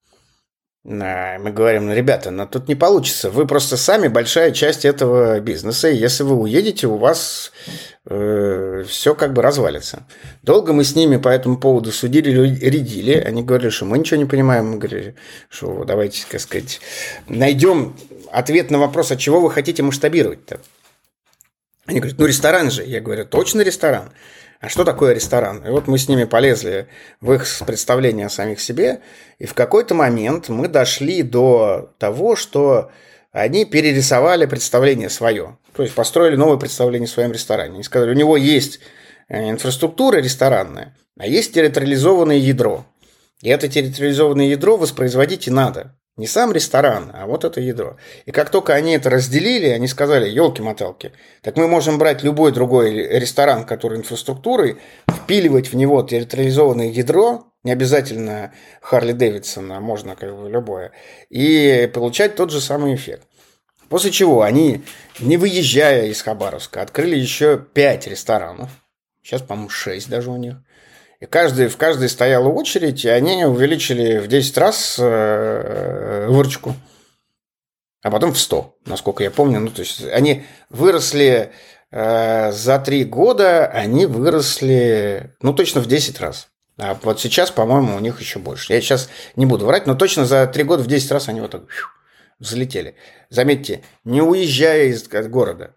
Мы говорим: ну, ребята, но тут не получится. Вы просто сами большая часть этого бизнеса, и если вы уедете, у вас э, все как бы развалится. Долго мы с ними по этому поводу судили, рядили. Они говорили, что мы ничего не понимаем. Мы говорили, что давайте, так сказать, найдем ответ на вопрос, от чего вы хотите масштабировать-то. Они говорят: ну, ресторан же. Я говорю: точно ресторан. А что такое ресторан? И вот мы с ними полезли в их представление о самих себе, и в какой-то момент мы дошли до того, что они перерисовали представление свое. То есть построили новое представление о своем ресторане. Они сказали: у него есть инфраструктура ресторанная, а есть территориализованное ядро. И это территориализованное ядро воспроизводить и надо. Не сам ресторан, а вот это ядро. И как только они это разделили, они сказали: елки-моталки, так мы можем брать любой другой ресторан, который инфраструктурой, впиливать в него территориализованное ядро, не обязательно Харли Дэвидсон, а можно как бы любое, и получать тот же самый эффект. После чего они, не выезжая из Хабаровска, открыли еще пять ресторанов. Сейчас, по-моему, шесть даже у них. И каждый, в каждой стояла очередь, и они увеличили в десять раз э, выручку. А потом в сто, насколько я помню. Ну, то есть они выросли э, за три года, они выросли, ну, точно в десять раз. А вот сейчас, по-моему, у них еще больше. Я сейчас не буду врать, но точно за три года в десять раз они вот так взлетели. Заметьте, не уезжая из города,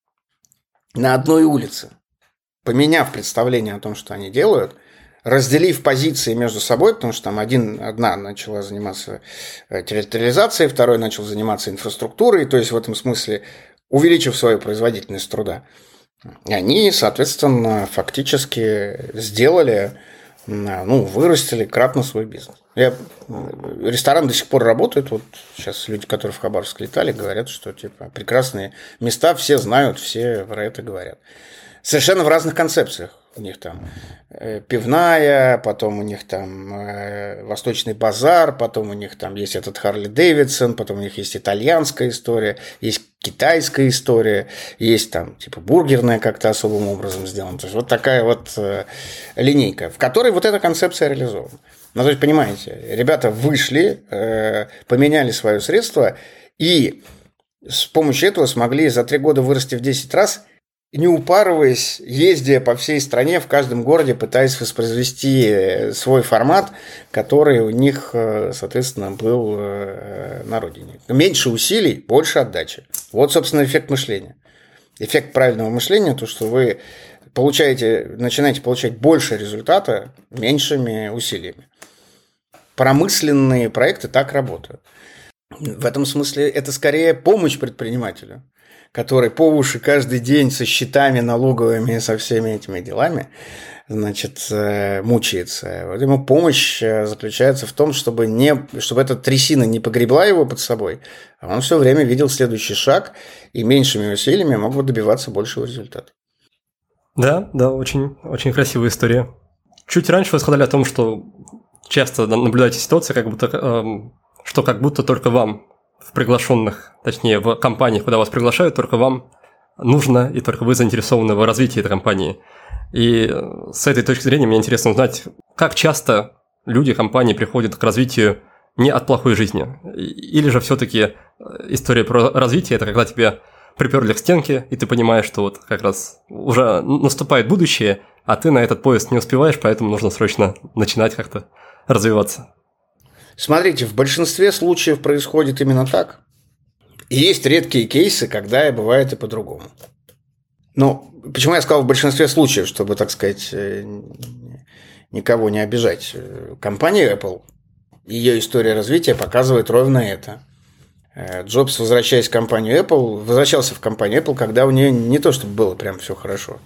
на одной улице, поменяв представление о том, что они делают, разделив позиции между собой, потому что там один, одна начала заниматься территориализацией, второй начал заниматься инфраструктурой, то есть в этом смысле увеличив свою производительность труда, они, соответственно, фактически сделали, ну, вырастили кратно свой бизнес. Я, ресторан до сих пор работает, вот сейчас люди, которые в Хабаровск летали, говорят, что типа прекрасные места, все знают, все про это говорят. Совершенно в разных концепциях. У них там э, пивная, потом у них там э, Восточный базар, потом у них там есть этот Харли Дэвидсон, потом у них есть итальянская история, есть китайская история, есть там типа бургерная как-то особым образом сделана. То есть вот такая вот э, линейка, в которой вот эта концепция реализована. Ну, то есть, понимаете, ребята вышли, э, поменяли свое средство и с помощью этого смогли за три года вырасти в десять раз, не упарываясь, ездя по всей стране, в каждом городе, пытаясь воспроизвести свой формат, который у них, соответственно, был на родине. Меньше усилий, больше отдачи. Вот, собственно, эффект мышления. Эффект правильного мышления, то, что вы получаете, начинаете получать больше результата меньшими усилиями. Промысленные проекты так работают. В этом смысле это скорее помощь предпринимателю, который по уши каждый день со счетами налоговыми, со всеми этими делами, значит, мучается. Вот ему помощь заключается в том, чтобы, не, чтобы эта трясина не погребла его под собой, а он все время видел следующий шаг и меньшими усилиями мог бы добиваться большего результата. Да, да, очень, очень красивая история. Чуть раньше вы сказали о том, что часто наблюдаете ситуации, как будто, эм, что как будто только вам в приглашенных, точнее, в компаниях, куда вас приглашают, только вам нужно, и только вы заинтересованы в развитии этой компании. И с этой точки зрения мне интересно узнать, как часто люди, компании приходят к развитию не от плохой жизни. Или же все-таки история про развитие – это когда тебе приперли к стенке, и ты понимаешь, что вот как раз уже наступает будущее, а ты на этот поезд не успеваешь, поэтому нужно срочно начинать как-то развиваться. Смотрите, в большинстве случаев происходит именно так. И есть редкие кейсы, когда бывает и по-другому. Но почему я сказал в большинстве случаев, чтобы, так сказать, никого не обижать? Компания Apple, ее история развития показывает ровно это. Джобс, возвращаясь в компанию Apple, возвращался в компанию Apple, когда у нее не то чтобы было прям все хорошо.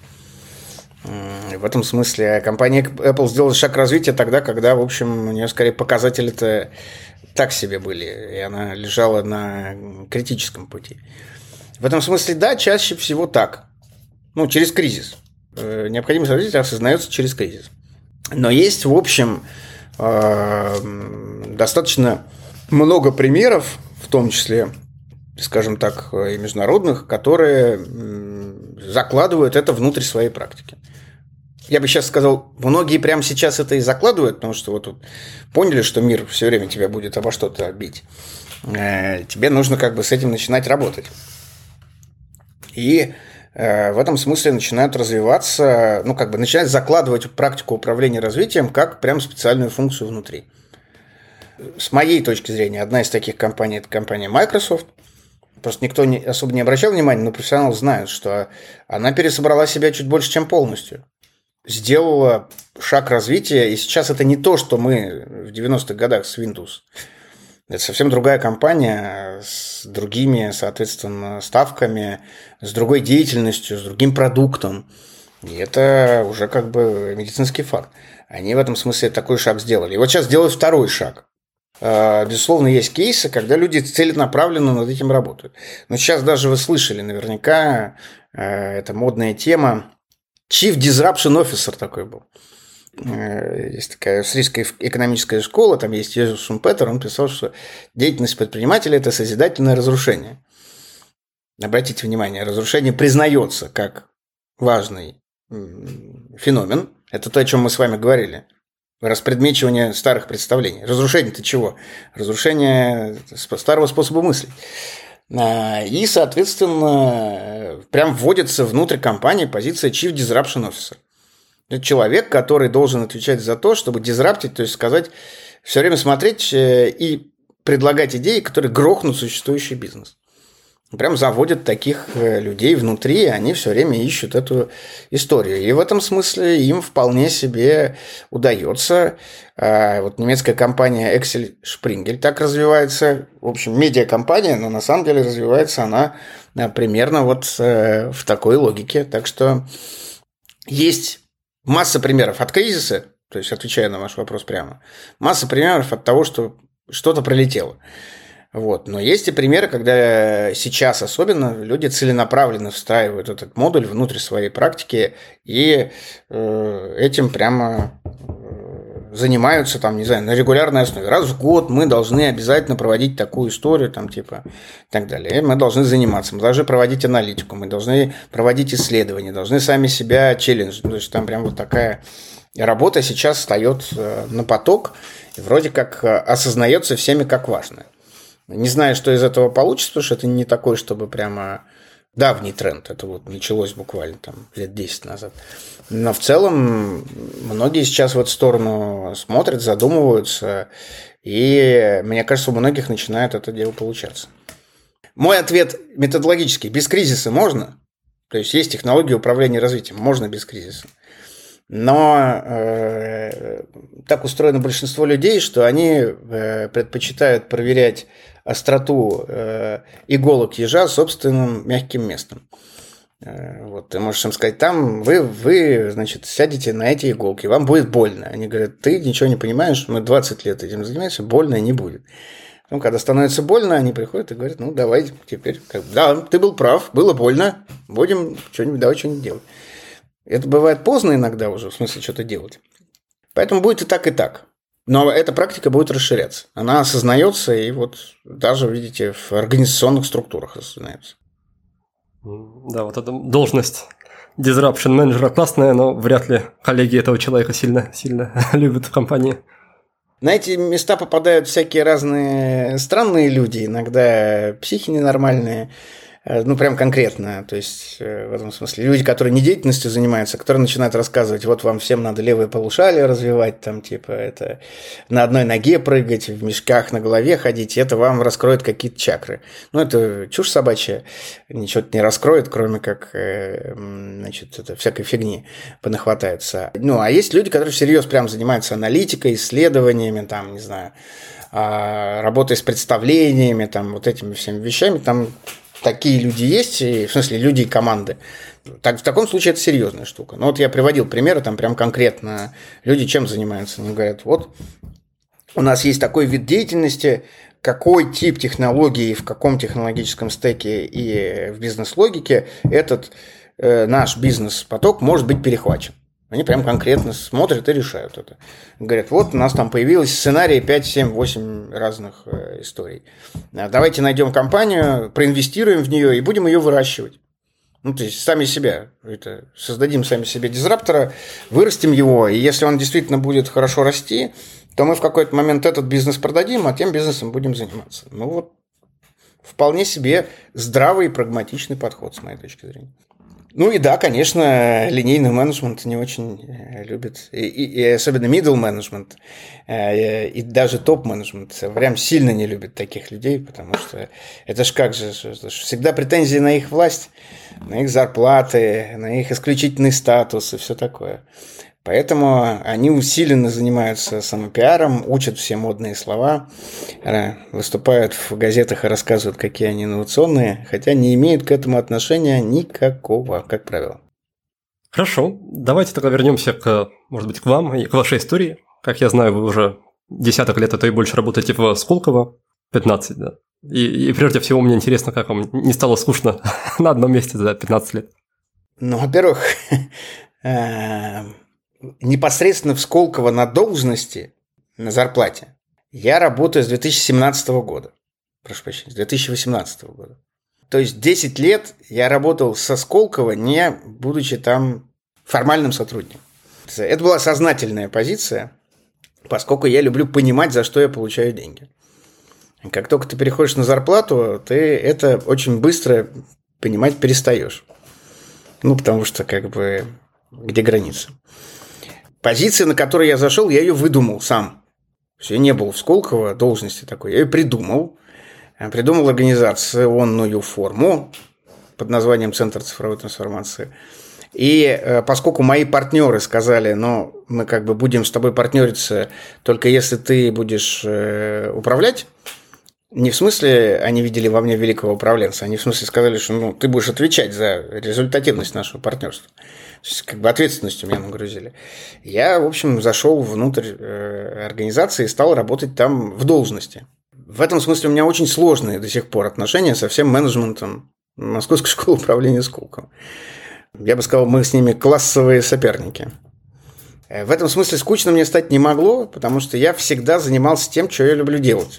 В этом смысле компания Apple сделала шаг развития тогда, когда, в общем, у нее скорее показатели-то так себе были, и она лежала на критическом пути. В этом смысле, да, чаще всего так. Ну, через кризис. Необходимость развития осознается через кризис. Но есть, в общем, достаточно много примеров, в том числе, скажем так, и международных, которые закладывают это внутрь своей практики. Я бы сейчас сказал, многие прямо сейчас это и закладывают, потому что вот тут поняли, что мир все время тебя будет обо что-то бить. Тебе нужно как бы с этим начинать работать. И в этом смысле начинают развиваться, ну как бы начинают закладывать практику управления развитием как прям специальную функцию внутри. С моей точки зрения, одна из таких компаний – это компания Microsoft. Просто никто не, особо не обращал внимания, но профессионалы знают, что она пересобрала себя чуть больше, чем полностью. Сделала шаг развития, и сейчас это не то, что мы в девяностых годах с Windows. Это совсем другая компания с другими, соответственно, ставками, с другой деятельностью, с другим продуктом. И это уже как бы медицинский факт. Они в этом смысле такой шаг сделали. И вот сейчас делают второй шаг. Безусловно, есть кейсы, когда люди целенаправленно над этим работают. Но сейчас даже вы слышали наверняка, это модная тема. Chief Disruption Officer такой был. Есть такая австрийская экономическая школа, там есть Йозеф Шумпетер, он писал, что деятельность предпринимателя – это созидательное разрушение. Обратите внимание, разрушение признается как важный феномен. Это то, о чем мы с вами говорили. Распредмечивание старых представлений. Разрушение-то чего? Разрушение старого способа мыслить. И, соответственно, прям вводится внутрь компании позиция Chief Disruption Officer. Это человек, который должен отвечать за то, чтобы дизраптить, то есть сказать, все время смотреть и предлагать идеи, которые грохнут существующий бизнес. Прям заводят таких людей внутри, и они все время ищут эту историю. И в этом смысле им вполне себе удается. Вот немецкая компания Axel Springer так развивается. В общем, медиакомпания, но на самом деле развивается она примерно вот в такой логике. Так что есть масса примеров от кризиса, то есть отвечая на ваш вопрос прямо, масса примеров от того, что что-то пролетело. Вот. Но есть и примеры, когда сейчас особенно люди целенаправленно встраивают этот модуль внутрь своей практики и э, этим прямо занимаются, там, не знаю, на регулярной основе. Раз в год мы должны обязательно проводить такую историю, там, типа, и так далее. И мы должны заниматься, мы должны проводить аналитику, мы должны проводить исследования, должны сами себя челленджить. То есть там прям вот такая работа сейчас встает на поток и вроде как осознается всеми как важная. Не знаю, что из этого получится, потому что это не такой, чтобы прямо давний тренд. Это вот началось буквально там лет десять назад. Но в целом многие сейчас в эту сторону смотрят, задумываются. И мне кажется, у многих начинает это дело получаться. Мой ответ методологический. Без кризиса можно. То есть есть технологии управления развитием. Можно без кризиса. Но э, так устроено большинство людей, что они э, предпочитают проверять остроту э, иголок ежа собственным мягким местом. Э, вот, ты можешь им сказать, там вы, вы, значит, сядете на эти иголки, вам будет больно. Они говорят, ты ничего не понимаешь, мы двадцать лет этим занимаемся, больно не будет. Потом, когда становится больно, они приходят и говорят, ну, давай теперь, как, да, ты был прав, было больно, будем что-нибудь, давай что-нибудь делать. Это бывает поздно иногда уже, в смысле что-то делать. Поэтому будет и так, и так. Но эта практика будет расширяться. Она осознается, и вот даже, видите, в организационных структурах осознается. Да, вот эта должность disruption менеджера классная, но вряд ли коллеги этого человека сильно, сильно любят в компании. На эти места попадают всякие разные странные люди, иногда психи ненормальные. Ну, прям конкретно, то есть в этом смысле люди, которые не деятельностью занимаются, которые начинают рассказывать, вот вам всем надо левое полушарие развивать, там, типа, это на одной ноге прыгать, в мешках на голове ходить, это вам раскроет какие-то чакры. Ну, это чушь собачья, ничего не раскроет, кроме как, значит, это всякой фигни понахватаются. Ну, а есть люди, которые всерьез прям занимаются аналитикой, исследованиями, там, не знаю, работой с представлениями, там, вот этими всеми вещами, там, такие люди есть, и, в смысле, люди и команды. Так, в таком случае это серьезная штука. Но вот я приводил примеры, там прям конкретно люди чем занимаются. Они говорят, вот у нас есть такой вид деятельности, какой тип технологии, в каком технологическом стеке и в бизнес-логике этот э, наш бизнес-поток может быть перехвачен. Они прям конкретно смотрят и решают это. Говорят, вот у нас там появилось сценарий пять, семь, восемь разных э, историй. Давайте найдем компанию, проинвестируем в нее и будем ее выращивать. Ну, то есть сами себя, это, создадим сами себе дизраптора, вырастим его, и если он действительно будет хорошо расти, то мы в какой-то момент этот бизнес продадим, а тем бизнесом будем заниматься. Ну вот, вполне себе здравый и прагматичный подход, с моей точки зрения. Ну и да, конечно, линейный менеджмент не очень любит, и, и, и особенно middle менеджмент, и даже топ-менеджмент прям сильно не любит таких людей, потому что это ж как же, всегда претензии на их власть, на их зарплаты, на их исключительный статус и все такое. Поэтому они усиленно занимаются самопиаром, учат все модные слова, выступают в газетах и рассказывают, какие они инновационные, хотя не имеют к этому отношения никакого, как правило. Хорошо, давайте тогда вернемся к, может быть, к вам и к вашей истории. Как я знаю, вы уже десяток лет, а то и больше работаете в Сколково, пятнадцать, да. И, и прежде всего мне интересно, как вам не стало скучно на одном месте за пятнадцать лет. Ну, во-первых, непосредственно в Сколково на должности, на зарплате, я работаю с две тысячи семнадцатого года. Прошу прощения, с две тысячи восемнадцатого года. То есть десять лет я работал со Сколково, не будучи там формальным сотрудником. Это была сознательная позиция, поскольку я люблю понимать, за что я получаю деньги. Как только ты переходишь на зарплату, ты это очень быстро понимать перестаешь. Ну, потому что, как бы, где граница? Позиция, на которую я зашел, я ее выдумал сам. Я не был в Сколково должности такой. Я ее придумал. Придумал организационную форму под названием «Центр цифровой трансформации». И поскольку мои партнеры сказали, ну, мы как бы будем с тобой партнериться, только если ты будешь управлять, не в смысле они видели во мне великого управленца, они в смысле сказали, что ну, ты будешь отвечать за результативность нашего партнерства. То есть, как бы ответственностью меня нагрузили. Я, в общем, зашел внутрь организации и стал работать там в должности. В этом смысле у меня очень сложные до сих пор отношения со всем менеджментом Московской школы управления Сколково. Я бы сказал, мы с ними классовые соперники. В этом смысле скучно мне стать не могло, потому что я всегда занимался тем, что я люблю делать.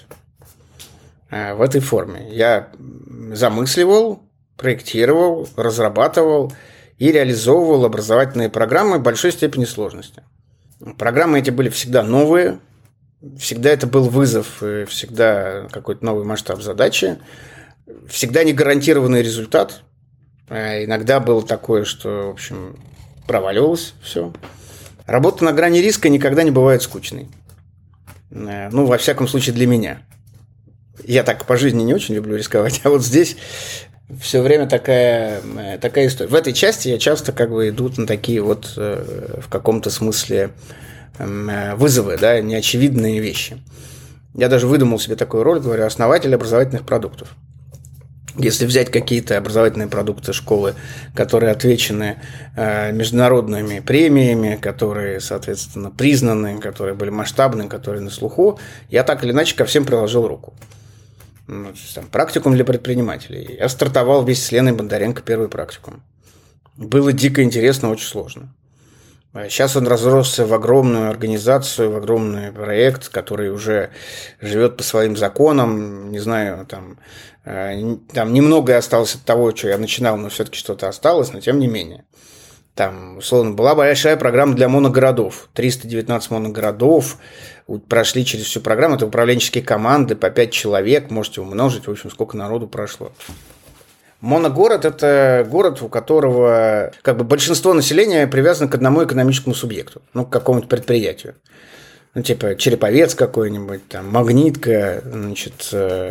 В этой форме. Я замысливал, проектировал, разрабатывал и реализовывал образовательные программы большой степени сложности. Программы эти были всегда новые, всегда это был вызов, всегда какой-то новый масштаб задачи, всегда не гарантированный результат. Иногда было такое, что, в общем, проваливалось все. Работа на грани риска никогда не бывает скучной. Ну, во всяком случае, для меня. Я так по жизни не очень люблю рисковать, а вот здесь все время такая, такая история. В этой части я часто как бы иду на такие вот в каком-то смысле вызовы, да, неочевидные вещи. Я даже выдумал себе такую роль, говорю, основатель образовательных продуктов. Если взять какие-то образовательные продукты школы, которые отвечены международными премиями, которые, соответственно, признаны, которые были масштабны, которые на слуху, я так или иначе ко всем приложил руку. Ну, там, практикум для предпринимателей. Я стартовал вместе с Леной Бондаренко первый практикум. Было дико интересно, очень сложно. Сейчас он разросся в огромную организацию, в огромный проект, который уже живет по своим законам. Не знаю, там, там немногое осталось от того, что я начинал, но все-таки что-то осталось, но тем не менее. Там, условно, была большая программа для моногородов. триста девятнадцать моногородов прошли через всю программу. Это управленческие команды по пять человек. Можете умножить, в общем, сколько народу прошло. Моногород – это город, у которого как бы большинство населения привязано к одному экономическому субъекту, ну, к какому-то предприятию. Ну, типа Череповец какой-нибудь, там, Магнитка, значит,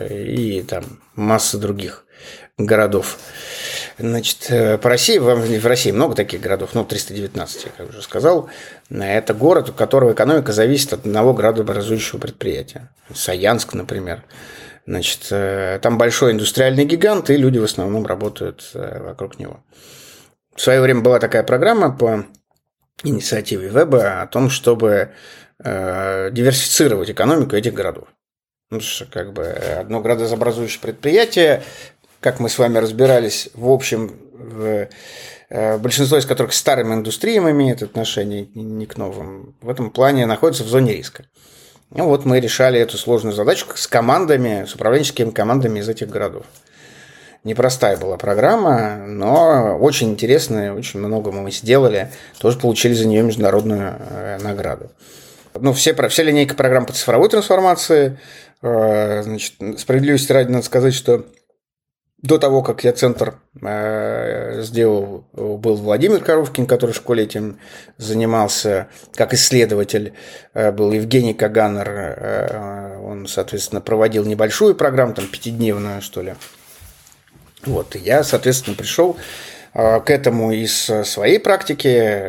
и там масса других городов. Значит, по России, в России много таких городов, ну, триста девятнадцать, я как уже сказал. Это город, у которого экономика зависит от одного градообразующего предприятия. Саянск, например. Значит, там большой индустриальный гигант, и люди в основном работают вокруг него. В свое время была такая программа по инициативе Веба о том, чтобы диверсифицировать экономику этих городов. Потому что как бы одно градообразующее предприятие, как мы с вами разбирались, в общем, в, большинство из которых к старым индустриям имеет отношение, не к новым, в этом плане находится в зоне риска. Ну вот мы решали эту сложную задачу с командами, с управленческими командами из этих городов. Непростая была программа, но очень интересная, очень много мы сделали, тоже получили за нее международную награду. Ну, все, вся линейка программ по цифровой трансформации. Значит, справедливости ради надо сказать, что до того, как я центр э, сделал, был Владимир Коровкин, который в школе этим занимался, как исследователь, э, был Евгений Каганер, э, он, соответственно, проводил небольшую программу, там, пятидневную, что ли. Вот, и я, соответственно, пришел э, к этому из своей практики.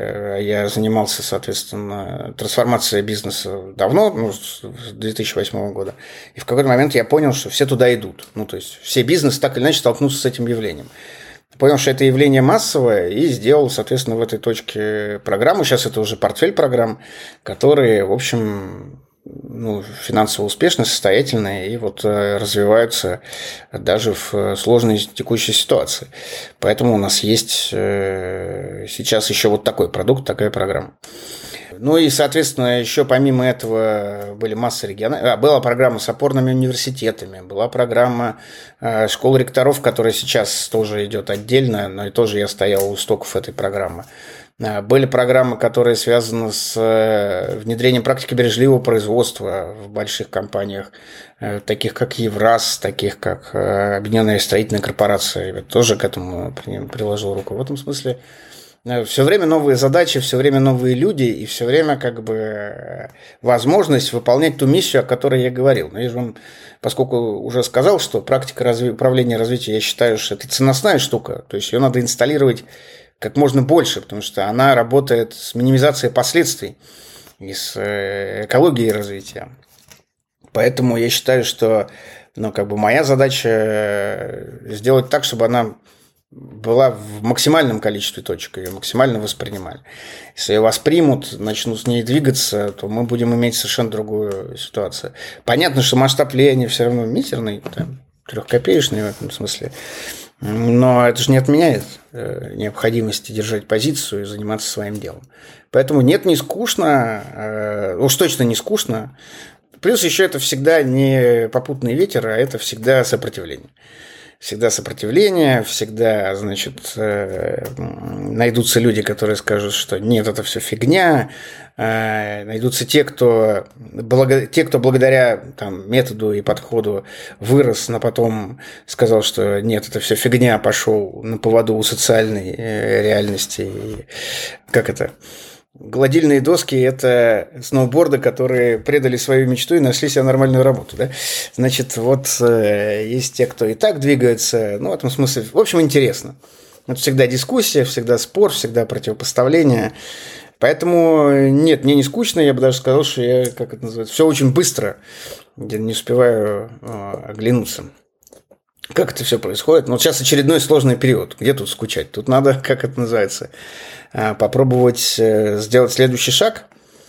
Я занимался, соответственно, трансформацией бизнеса давно, ну, с две тысячи восьмого года. И в какой-то момент я понял, что все туда идут. Ну, то есть, все бизнесы так или иначе столкнутся с этим явлением. Понял, что это явление массовое, и сделал, соответственно, в этой точке программу. Сейчас это уже портфель программ, которые, в общем, ну, финансово успешны, состоятельные и вот развиваются даже в сложной текущей ситуации. Поэтому у нас есть сейчас еще вот такой продукт, такая программа. Ну и, соответственно, еще помимо этого были масса региональных... А, была программа с опорными университетами, была программа школ ректоров, которая сейчас тоже идет отдельно, но и тоже я стоял у истоков этой программы. Были программы, которые связаны с внедрением практики бережливого производства в больших компаниях, таких как Евраз, таких как Объединенная строительная корпорация. Я тоже к этому приложил руку. В этом смысле Все время новые задачи, все время новые люди и все время как бы возможность выполнять ту миссию, о которой я говорил. Но я же вам, поскольку уже сказал, что практика разви... управления развития, я считаю, что это ценностная штука, то есть ее надо инсталлировать как можно больше, потому что она работает с минимизацией последствий и с экологией развития. Поэтому я считаю, что ну, как бы моя задача сделать так, чтобы она была в максимальном количестве точек, ее максимально воспринимали. Если ее воспримут, начнут с ней двигаться, то мы будем иметь совершенно другую ситуацию. Понятно, что масштаб влияния все равно мизерный, там, трехкопеечный в этом смысле, но это же не отменяет необходимости держать позицию и заниматься своим делом. Поэтому нет, не скучно, уж точно не скучно. Плюс еще это всегда не попутный ветер, а это всегда сопротивление. Всегда сопротивление, всегда, значит, найдутся люди, которые скажут, что нет, это все фигня. Найдутся те, кто, благо, те, кто благодаря там, методу и подходу вырос, но потом сказал, что нет, это все фигня, пошел на поводу у социальной реальности. И как это? Гладильные доски – это сноуборды, которые предали свою мечту и нашли себе нормальную работу. Да? Значит, вот э, есть те, кто и так двигается. Ну, в этом смысле, в общем, интересно. Это всегда дискуссия, всегда спор, всегда противопоставление. Поэтому нет, мне не скучно, я бы даже сказал, что я, как это называется, все очень быстро, я не успеваю э, оглянуться. Как это все происходит? Ну, вот сейчас очередной сложный период. Где тут скучать? Тут надо, как это называется, попробовать сделать следующий шаг.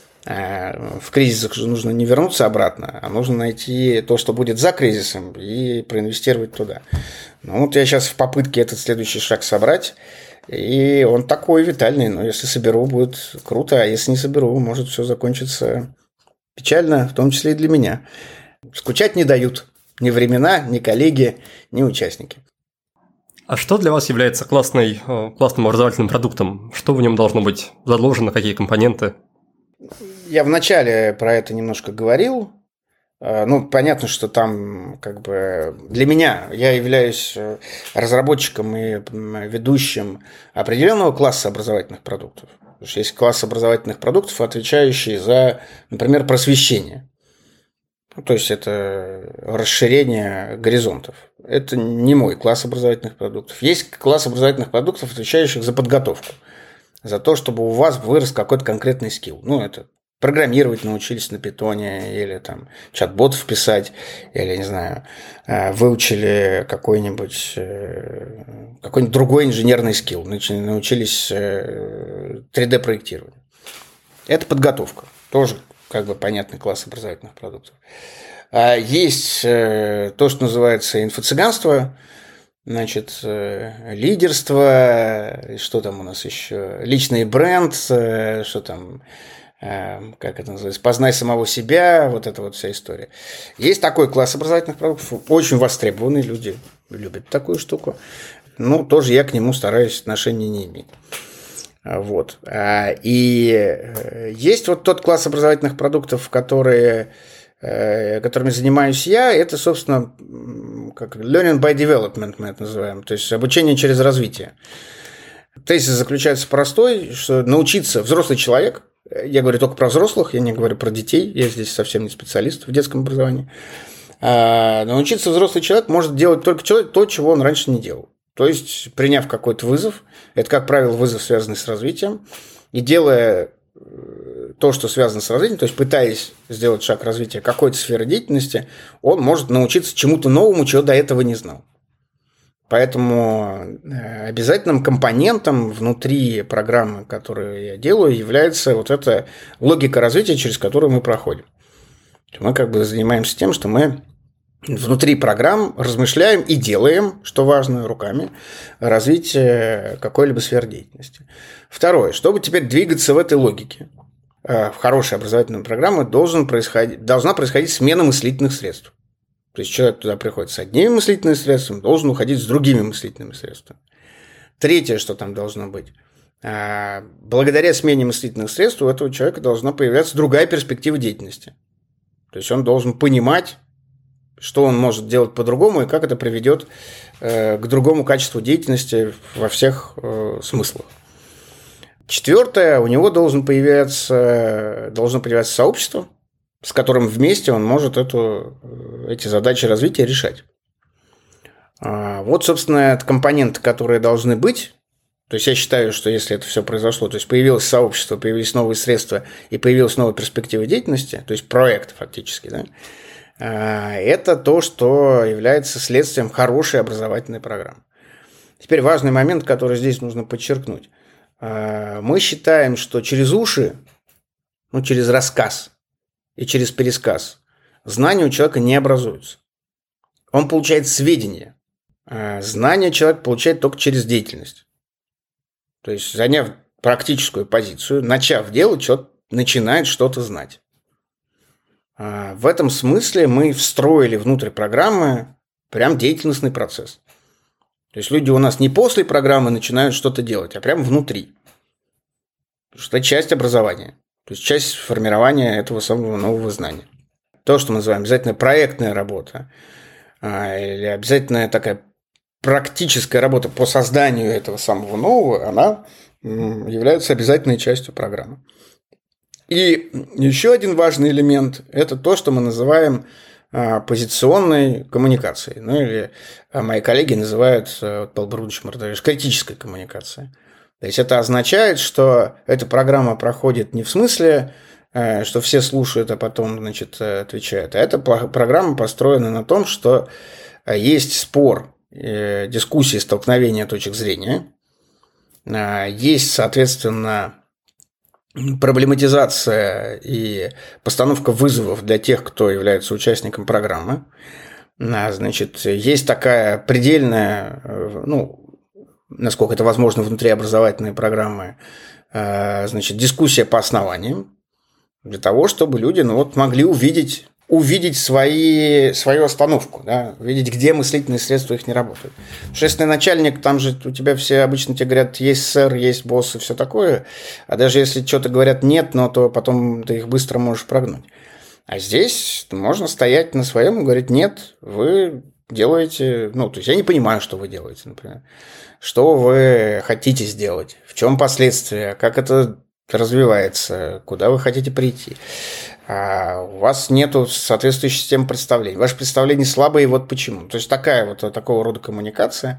В кризисах же нужно не вернуться обратно, а нужно найти то, что будет за кризисом, и проинвестировать туда. Ну, вот я сейчас в попытке этот следующий шаг собрать, и он такой витальный. Но если соберу, будет круто, а если не соберу, может все закончиться печально, в том числе и для меня. Скучать не дают. Ни времена, ни коллеги, ни участники. А что для вас является классной, классным образовательным продуктом? Что в нем должно быть заложено, какие компоненты? Я вначале про это немножко говорил. Ну, понятно, что там как бы для меня, я являюсь разработчиком и ведущим определенного класса образовательных продуктов. Потому что есть класс образовательных продуктов, отвечающий за, например, просвещение. То есть это расширение горизонтов. Это не мой класс образовательных продуктов. Есть класс образовательных продуктов, отвечающих за подготовку. За то, чтобы у вас вырос какой-то конкретный скилл. Ну, это программировать научились на питоне, или там чат-ботов писать, или, не знаю, выучили какой-нибудь, какой-нибудь другой инженерный скилл, научились три дэ проектированию. Это подготовка. Тоже как бы понятный класс образовательных продуктов. Есть то, что называется инфо-цыганство, значит, лидерство, что там у нас еще, личный бренд, что там, как это называется, познай самого себя, вот эта вот вся история. Есть такой класс образовательных продуктов, очень востребованные люди любят такую штуку. Ну, тоже я к нему стараюсь отношения не иметь. Вот. И есть вот тот класс образовательных продуктов, которые, которыми занимаюсь я, это, собственно, как learning by development мы это называем, то есть обучение через развитие. Тезис заключается простой, что научиться взрослый человек, я говорю только про взрослых, я не говорю про детей, я здесь совсем не специалист в детском образовании, научиться взрослый человек может делать только то, чего он раньше не делал. То есть, приняв какой-то вызов, это, как правило, вызов, связанный с развитием, и делая то, что связано с развитием, то есть пытаясь сделать шаг развития какой-то сферы деятельности, он может научиться чему-то новому, чего до этого не знал. Поэтому обязательным компонентом внутри программы, которую я делаю, является вот эта логика развития, через которую мы проходим. Мы как бы занимаемся тем, что мы внутри программ размышляем и делаем, что важно, руками, развитие какой-либо сферы деятельности. Второе. Чтобы теперь двигаться в этой логике, в хорошей образовательной программе должен происходить, должна происходить смена мыслительных средств. То есть человек туда приходит с одними мыслительными средствами, должен уходить с другими мыслительными средствами. Третье, что там должно быть. Благодаря смене мыслительных средств у этого человека должна появляться другая перспектива деятельности. То есть он должен понимать, что он может делать по-другому и как это приведет к другому качеству деятельности во всех смыслах. Четвертое, у него должен появляться, должно появляться сообщество, с которым вместе он может эту, эти задачи развития решать. Вот, собственно, это компоненты, которые должны быть. То есть я считаю, что если это все произошло, то есть появилось сообщество, появились новые средства и появилась новая перспектива деятельности, то есть проект фактически, да, это то, что является следствием хорошей образовательной программы. Теперь важный момент, который здесь нужно подчеркнуть. Мы считаем, что через уши, ну, через рассказ и через пересказ знания у человека не образуются. Он получает сведения. Знания человек получает только через деятельность. То есть, заняв практическую позицию, начав делать, человек начинает что-то знать. В этом смысле мы встроили внутрь программы прям деятельностный процесс. То есть люди у нас не после программы начинают что-то делать, а прямо внутри. Потому что это часть образования, то есть часть формирования этого самого нового знания. То, что мы называем обязательно проектная работа, или обязательная такая практическая работа по созданию этого самого нового, она является обязательной частью программы. И еще один важный элемент – это то, что мы называем позиционной коммуникацией. Ну, или мои коллеги называют, Павел Брудович Мартович, критической коммуникацией. То есть это означает, что эта программа проходит не в смысле, что все слушают, а потом, значит, отвечают. А эта программа построена на том, что есть спор, дискуссии, столкновения точек зрения, есть, соответственно, проблематизация и постановка вызовов для тех, кто является участником программы. Значит, есть такая предельная, ну, насколько это возможно, внутриобразовательные программы, значит, дискуссия по основаниям, для того, чтобы люди, ну, вот, могли увидеть, увидеть свои, свою остановку, да, увидеть, где мыслительные средства их не работают. Потому что если начальник, там же у тебя все обычно тебе говорят, есть сэр, есть босс и все такое, а даже если что-то говорят нет, но то потом ты их быстро можешь прогнуть. А здесь можно стоять на своем и говорить, нет, вы делаете, ну, то есть я не понимаю, что вы делаете, например, что вы хотите сделать, в чем последствия, как это развивается, куда вы хотите прийти. А у вас нету соответствующей системы представлений. Ваше представление слабое, и вот почему. То есть такая вот такого рода коммуникация,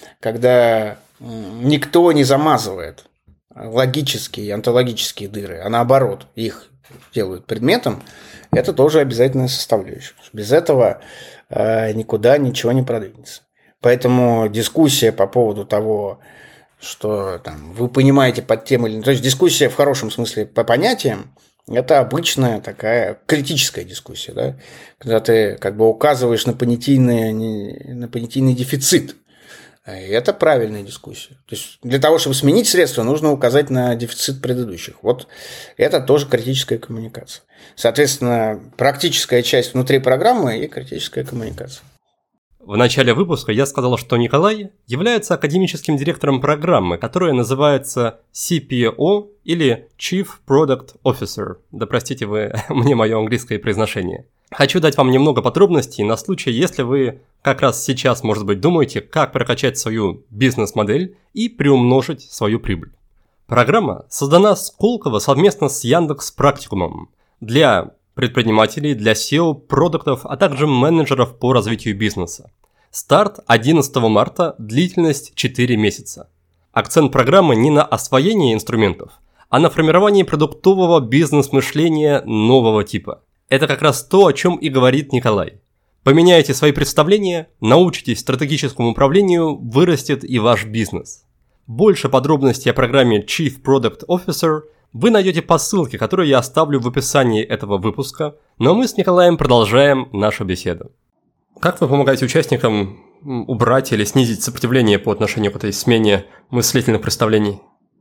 когда никто не замазывает логические и онтологические дыры, а наоборот, их делают предметом, это тоже обязательная составляющая. Без этого никуда ничего не продвинется. Поэтому дискуссия по поводу того, что там, вы понимаете под тем или иным... То есть дискуссия в хорошем смысле по понятиям, это обычная такая критическая дискуссия, да? Когда ты как бы указываешь на понятийный, на понятийный дефицит. И это правильная дискуссия. То есть для того, чтобы сменить средства, нужно указать на дефицит предыдущих. Вот это тоже критическая коммуникация. Соответственно, практическая часть внутри программы и критическая коммуникация. В начале выпуска я сказал, что Николай является академическим директором программы, которая называется си пи о или Chief Product Officer. Да простите вы мне мое английское произношение. Хочу дать вам немного подробностей на случай, если вы как раз сейчас, может быть, думаете, как прокачать свою бизнес-модель и приумножить свою прибыль. Программа создана Сколково совместно с Яндекс.Практикумом для предпринимателей, для сео, продуктов, а также менеджеров по развитию бизнеса. Старт одиннадцатого марта, длительность четыре месяца. Акцент программы не на освоении инструментов, а на формировании продуктового бизнес-мышления нового типа. Это как раз то, о чем и говорит Николай. Поменяйте свои представления, научитесь стратегическому управлению, вырастет и ваш бизнес. Больше подробностей о программе Chief Product Officer вы найдете по ссылке, которую я оставлю в описании этого выпуска, но мы с Николаем продолжаем нашу беседу. Как вы помогаете участникам убрать или снизить сопротивление по отношению к этой смене мыслительных представлений?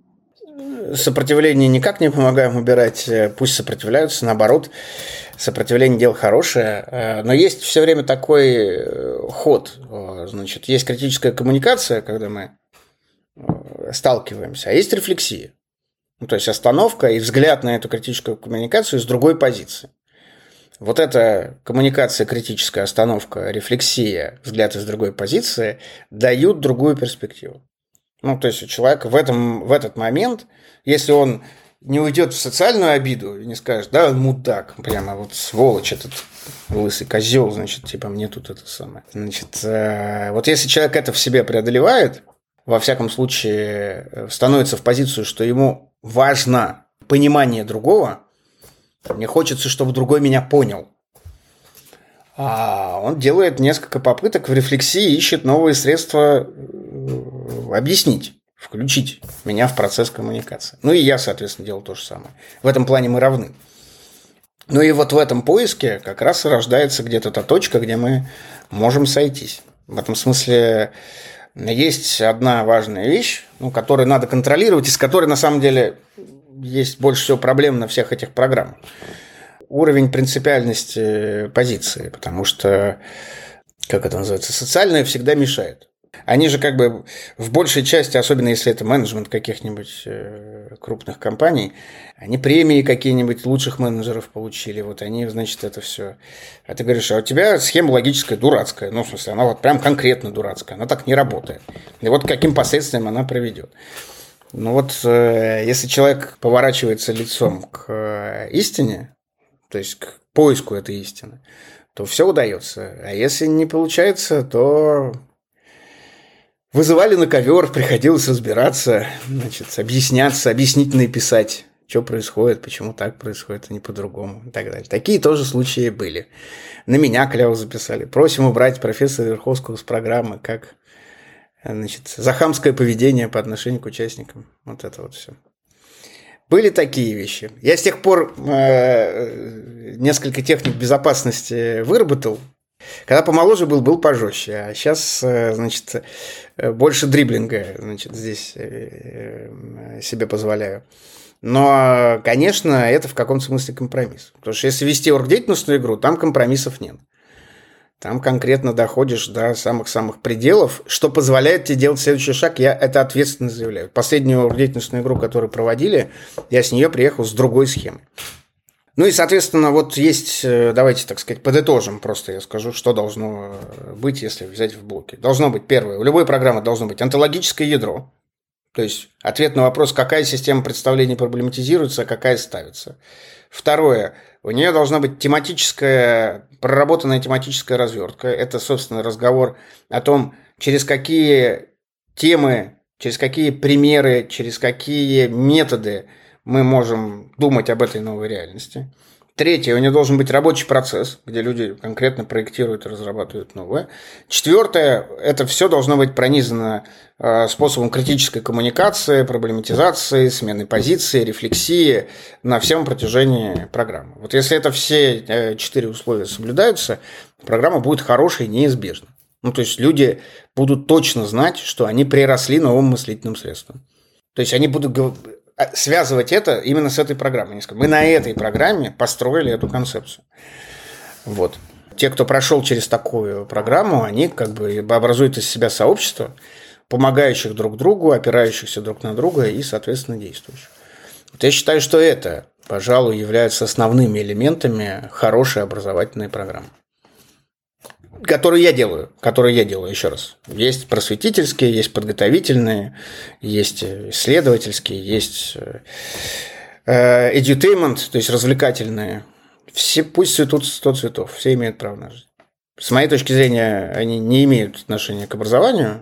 Сопротивление никак не помогаем убирать, пусть сопротивляются, наоборот, сопротивление – дело хорошее, но есть все время такой ход, значит, есть критическая коммуникация, когда мы сталкиваемся, а есть рефлексия. Ну, то есть остановка и взгляд на эту критическую коммуникацию с другой позиции. Вот эта коммуникация, критическая остановка, рефлексия, взгляд из другой позиции дают другую перспективу. Ну, то есть у человека в, этом, в этот момент, если он не уйдет в социальную обиду и не скажет, да, он мудак, прямо вот сволочь этот лысый козел, значит, типа мне тут это самое. Значит, э, вот если человек это в себе преодолевает, во всяком случае становится в позицию, что ему важно понимание другого, мне хочется, чтобы другой меня понял. А он делает несколько попыток в рефлексии, ищет новые средства объяснить, включить меня в процесс коммуникации. Ну и я, соответственно, делал то же самое. В этом плане мы равны. Ну и вот в этом поиске как раз и рождается где-то та точка, где мы можем сойтись. В этом смысле есть одна важная вещь, ну, которую надо контролировать, и с которой на самом деле есть больше всего проблем на всех этих программах. Уровень принципиальности позиции, потому что, как это называется, социальное всегда мешает. Они же как бы в большей части, особенно если это менеджмент каких-нибудь крупных компаний, они премии какие-нибудь лучших менеджеров получили, вот они, значит, это все. А ты говоришь, а у тебя схема логическая дурацкая, ну, в смысле, она вот прям конкретно дурацкая, она так не работает. И вот к каким последствиям она приведет. Ну вот, если человек поворачивается лицом к истине, то есть к поиску этой истины, то все удается. А если не получается, то вызывали на ковер, приходилось разбираться, значит, объясняться, объяснительные писать, что происходит, почему так происходит, а не по-другому и так далее. Такие тоже случаи были. На меня кляву записали. Просим убрать профессора Верховского с программы, как, значит, за хамское поведение по отношению к участникам. Вот это вот все. Были такие вещи. Я с тех пор э, несколько техник безопасности выработал. Когда помоложе был, был пожестче. А сейчас, э, значит, больше дриблинга, значит, здесь э, себе позволяю. Но, конечно, это в каком-то смысле компромисс. Потому что если вести оргдеятельностную игру, там компромиссов нет. Там конкретно доходишь до самых-самых пределов, что позволяет тебе делать следующий шаг. Я это ответственно заявляю. Последнюю оргдеятельностную игру, которую проводили, я с нее приехал с другой схемой. Ну и, соответственно, вот есть, давайте, так сказать, подытожим, просто я скажу, что должно быть, если взять в блоке. Должно быть, первое, у любой программы должно быть онтологическое ядро, то есть ответ на вопрос, какая система представлений проблематизируется, а какая ставится. Второе, у нее должна быть тематическая, проработанная тематическая развертка. Это, собственно, разговор о том, через какие темы, через какие примеры, через какие методы мы можем думать об этой новой реальности. Третье, у нее должен быть рабочий процесс, где люди конкретно проектируют и разрабатывают новое. Четвертое, это все должно быть пронизано способом критической коммуникации, проблематизации, смены позиции, рефлексии на всем протяжении программы. Вот если это все четыре условия соблюдаются, программа будет хорошей неизбежно. Ну, то есть люди будут точно знать, что они приросли новым мыслительным средством. То есть они будут связывать это именно с этой программой. Мы на этой программе построили эту концепцию. Вот. Те, кто прошел через такую программу, они как бы образуют из себя сообщество, помогающих друг другу, опирающихся друг на друга и, соответственно, действующих. Вот я считаю, что это, пожалуй, является основными элементами хорошей образовательной программы. Которую я делаю, которую я делаю, еще раз. Есть просветительские, есть подготовительные, есть исследовательские, есть edutainment, то есть развлекательные. Все пусть цветут сто цветов, все имеют право на жизнь. С моей точки зрения, они не имеют отношения к образованию,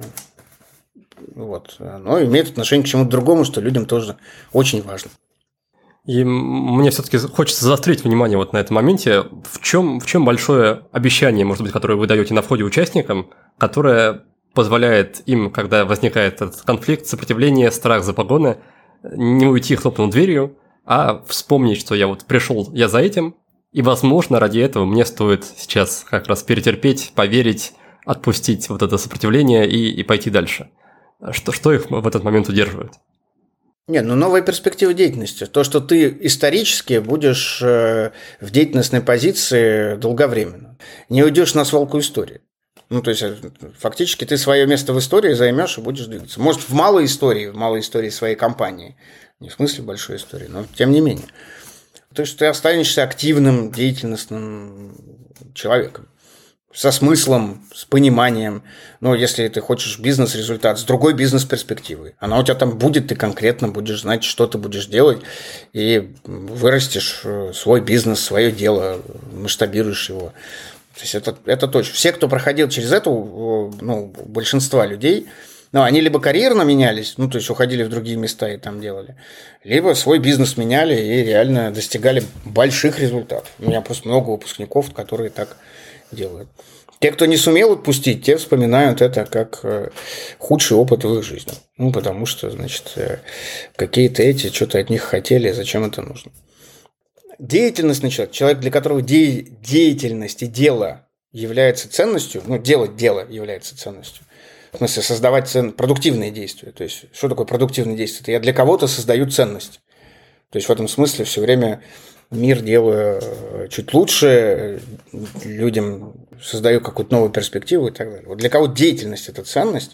вот, но имеют отношение к чему-то другому, что людям тоже очень важно. И мне все-таки хочется заострить внимание вот на этом моменте. В чем, в чем большое обещание, может быть, которое вы даете на входе участникам, которое позволяет им, когда возникает этот конфликт, сопротивление, страх за погоны, не уйти хлопнув дверью, а вспомнить, что я вот пришел, я за этим, и, возможно, ради этого мне стоит сейчас как раз перетерпеть, поверить, отпустить вот это сопротивление и, и пойти дальше. Что, что их в этот момент удерживает? Нет, ну новая перспектива деятельности. То, что ты исторически будешь в деятельностной позиции долговременно. Не уйдешь на свалку истории. Ну, то есть, фактически ты свое место в истории займешь и будешь двигаться. Может, в малой истории, в малой истории своей компании. Не в смысле большой истории, но тем не менее. То есть, ты останешься активным, деятельностным человеком. со смыслом, с пониманием. Но если ты хочешь бизнес-результат с другой бизнес-перспективой, она у тебя там будет, ты конкретно будешь знать, что ты будешь делать, и вырастешь свой бизнес, свое дело, масштабируешь его. То есть это, это точно. Все, кто проходил через это, ну, большинство людей, ну, они либо карьерно менялись, ну, то есть уходили в другие места и там делали, либо свой бизнес меняли и реально достигали больших результатов. У меня просто много выпускников, которые так делают. Те, кто не сумел отпустить, те вспоминают это как худший опыт в их жизни. Ну, потому что, значит, какие-то эти что-то от них хотели, зачем это нужно. Деятельность на человека, человек, для которого де- деятельность и дело является ценностью, ну, делать дело является ценностью, в смысле создавать цен... продуктивные действия. То есть, что такое продуктивные действия? Это я для кого-то создаю ценность. То есть, в этом смысле все время мир делаю чуть лучше, людям создаю какую-то новую перспективу и так далее. Вот для кого деятельность – это ценность,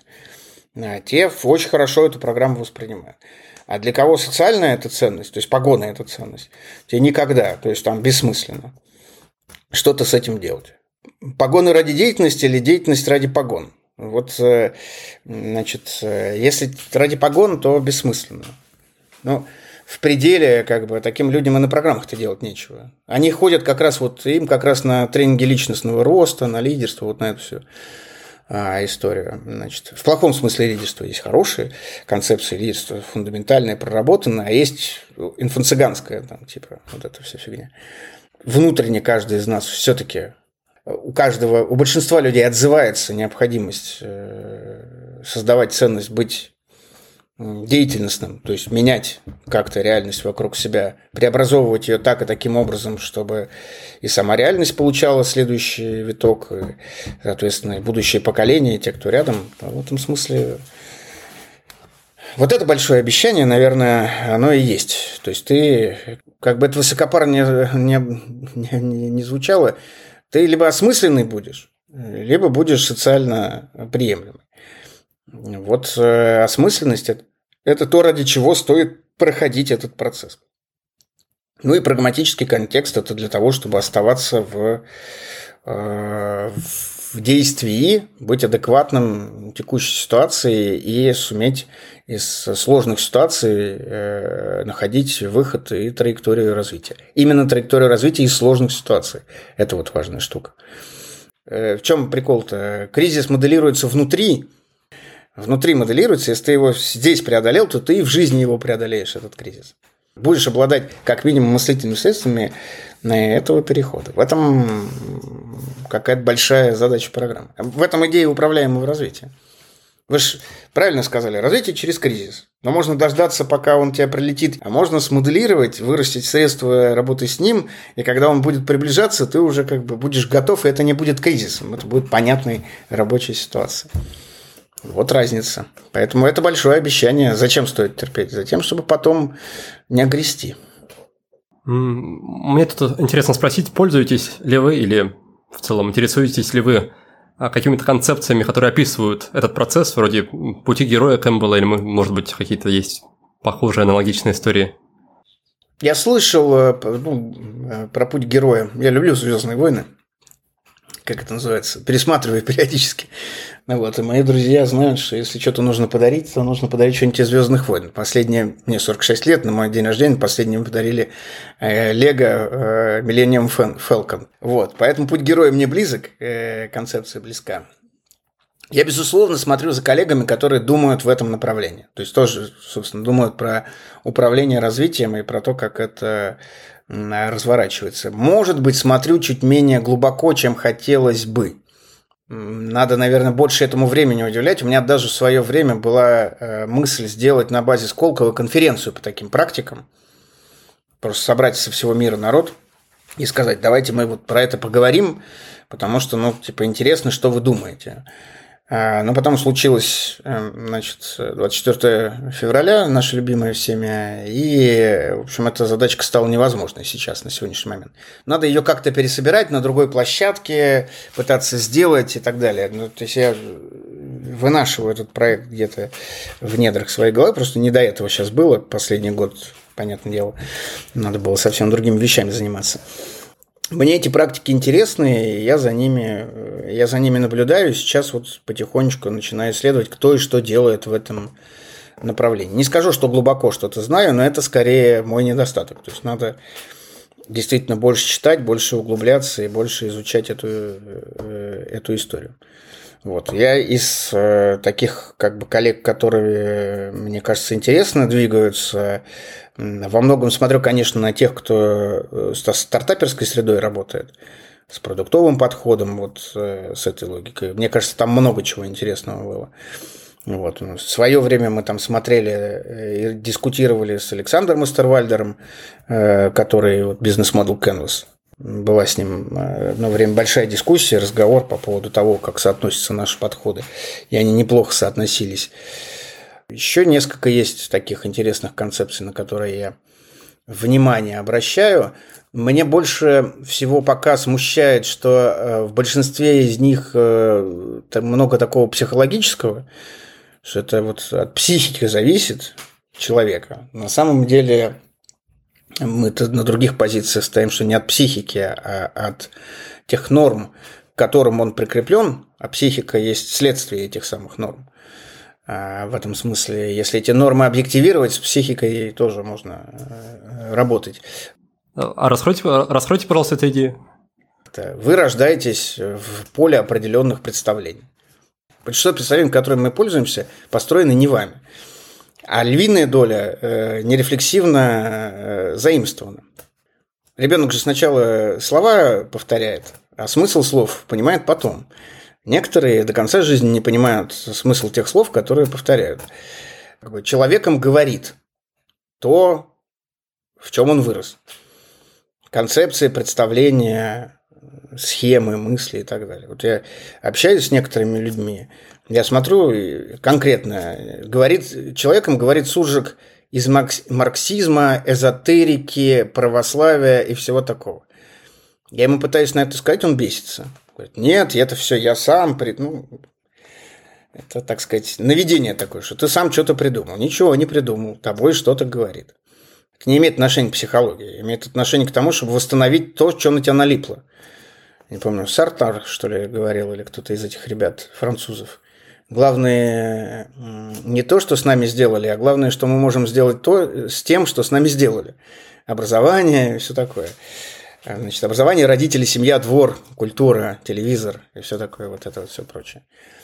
те очень хорошо эту программу воспринимают. А для кого социальная – это ценность, то есть погоны – это ценность, те никогда, то есть там бессмысленно что-то с этим делать. Погоны ради деятельности или деятельность ради погон? Вот, значит, если ради погон, то бессмысленно. Ну, в пределе, как бы, таким людям и на программах-то делать нечего. Они ходят как раз вот, им как раз на тренинги личностного роста, на лидерство, вот на эту всю а, историю. Значит, в плохом смысле лидерства есть хорошие концепции лидерства, фундаментальные, проработанные, а есть инфо-цыганская, там, типа, вот эта вся фигня. Внутренне каждый из нас все-таки, у каждого, у большинства людей отзывается необходимость создавать ценность, быть деятельностным, то есть менять как-то реальность вокруг себя, преобразовывать ее так и таким образом, чтобы и сама реальность получала следующий виток, и, соответственно, и будущее поколение, и те, кто рядом. В этом смысле вот это большое обещание, наверное, оно и есть. То есть ты, как бы это высокопарно не, не, не, не звучало, ты либо осмысленный будешь, либо будешь социально приемлемый. Вот э, осмысленность это, – это то, ради чего стоит проходить этот процесс. Ну и прагматический контекст – это для того, чтобы оставаться в, э, в действии, быть адекватным текущей ситуации и суметь из сложных ситуаций э, находить выход и траекторию развития. Именно траекторию развития из сложных ситуаций. Это вот важная штука. Э, в чем прикол-то? Кризис моделируется внутри. Внутри моделируется, если ты его здесь преодолел, то ты и в жизни его преодолеешь, этот кризис. Будешь обладать как минимум мыслительными средствами этого перехода. В этом какая-то большая задача программы. В этом идея управляемого развития. Вы же правильно сказали, развитие через кризис. Но можно дождаться, пока он тебя прилетит, а можно смоделировать, вырастить средства работы с ним, и когда он будет приближаться, ты уже как бы будешь готов, и это не будет кризисом, это будет понятной рабочей ситуацией. Вот разница. Поэтому это большое обещание. Зачем стоит терпеть? Затем, чтобы потом не огрести. Мне тут интересно спросить, пользуетесь ли вы или в целом интересуетесь ли вы какими-то концепциями, которые описывают этот процесс, вроде пути героя Кэмпбелла, или, может быть, какие-то есть похожие аналогичные истории? Я слышал ну, про путь героя. Я люблю «Звездные войны». Как это называется? Пересматриваю периодически. Ну вот, и мои друзья знают, что если что-то нужно подарить, то нужно подарить что-нибудь из «Звездных войн». Последнее, мне сорок шесть лет, на мой день рождения, последнее мы подарили Лего э, Millennium Falcon. Вот, поэтому путь героя мне близок, э, концепция близка. Я, безусловно, смотрю за коллегами, которые думают в этом направлении. То есть тоже, собственно, думают про управление развитием и про то, как это разворачивается. Может быть, смотрю чуть менее глубоко, чем хотелось бы. Надо, наверное, больше этому времени уделять. У меня даже в свое время была мысль сделать на базе Сколково конференцию по таким практикам. Просто собрать со всего мира народ и сказать, давайте мы вот про это поговорим, потому что, ну, типа, интересно, что вы думаете. Но потом случилось, значит, двадцать четвёртого февраля, наша любимая всеми, и, в общем, эта задачка стала невозможной сейчас, на сегодняшний момент. Надо ее как-то пересобирать на другой площадке, пытаться сделать и так далее. Ну, то есть я вынашиваю этот проект где-то в недрах своей головы, просто не до этого сейчас было, последний год, понятное дело, надо было совсем другими вещами заниматься. Мне эти практики интересны, и я за ними, я за ними наблюдаю. Сейчас вот потихонечку начинаю исследовать, кто и что делает в этом направлении. Не скажу, что глубоко что-то знаю, но это скорее мой недостаток. То есть надо действительно больше читать, больше углубляться и больше изучать эту, эту историю. Вот. Я из э, таких как бы коллег, которые, мне кажется, интересно двигаются, во многом смотрю, конечно, на тех, кто с стартаперской средой работает, с продуктовым подходом, вот э, с этой логикой. Мне кажется, там много чего интересного было. Вот. В свое время мы там смотрели и дискутировали с Александром Остервальдером, э, который вот, бизнес-модел Canvas. Была с ним одно время большая дискуссия, разговор по поводу того, как соотносятся наши подходы. И они неплохо соотносились. Еще несколько есть таких интересных концепций, на которые я внимание обращаю. Мне больше всего пока смущает, что в большинстве из них много такого психологического, что это вот от психики зависит человека. На самом деле мы-то на других позициях стоим, что не от психики, а от тех норм, к которым он прикреплен, а психика есть следствие этих самых норм. А в этом смысле, если эти нормы объективировать, с психикой тоже можно работать. А раскройте, раскройте, пожалуйста, эту идею. Вы рождаетесь в поле определенных представлений. Большинство представлений, которыми мы пользуемся, построены не вами. А львиная доля э, нерефлексивно э, заимствована. Ребенок же сначала слова повторяет, а смысл слов понимает потом. Некоторые до конца жизни не понимают смысл тех слов, которые повторяют. Как бы человеком говорит то, в чем он вырос. Концепции, представления, схемы, мысли и так далее. Вот я общаюсь с некоторыми людьми, я смотрю конкретно, говорит, человеком говорит суржик из марксизма, эзотерики, православия и всего такого. Я ему пытаюсь на это сказать, он бесится. Говорит, нет, это все я сам, ну, это, так сказать, наведение такое, что ты сам что-то придумал. Ничего не придумал, тобой что-то говорит. Это не имеет отношения к психологии, имеет отношение к тому, чтобы восстановить то, что на тебя налипло. Не помню, Сартар, что ли, говорил, или кто-то из этих ребят, французов. Главное не то, что с нами сделали, а главное, что мы можем сделать то с тем, что с нами сделали. Образование и все такое. Значит, образование, родители, семья, двор, культура, телевизор и все такое, вот это вот все прочее.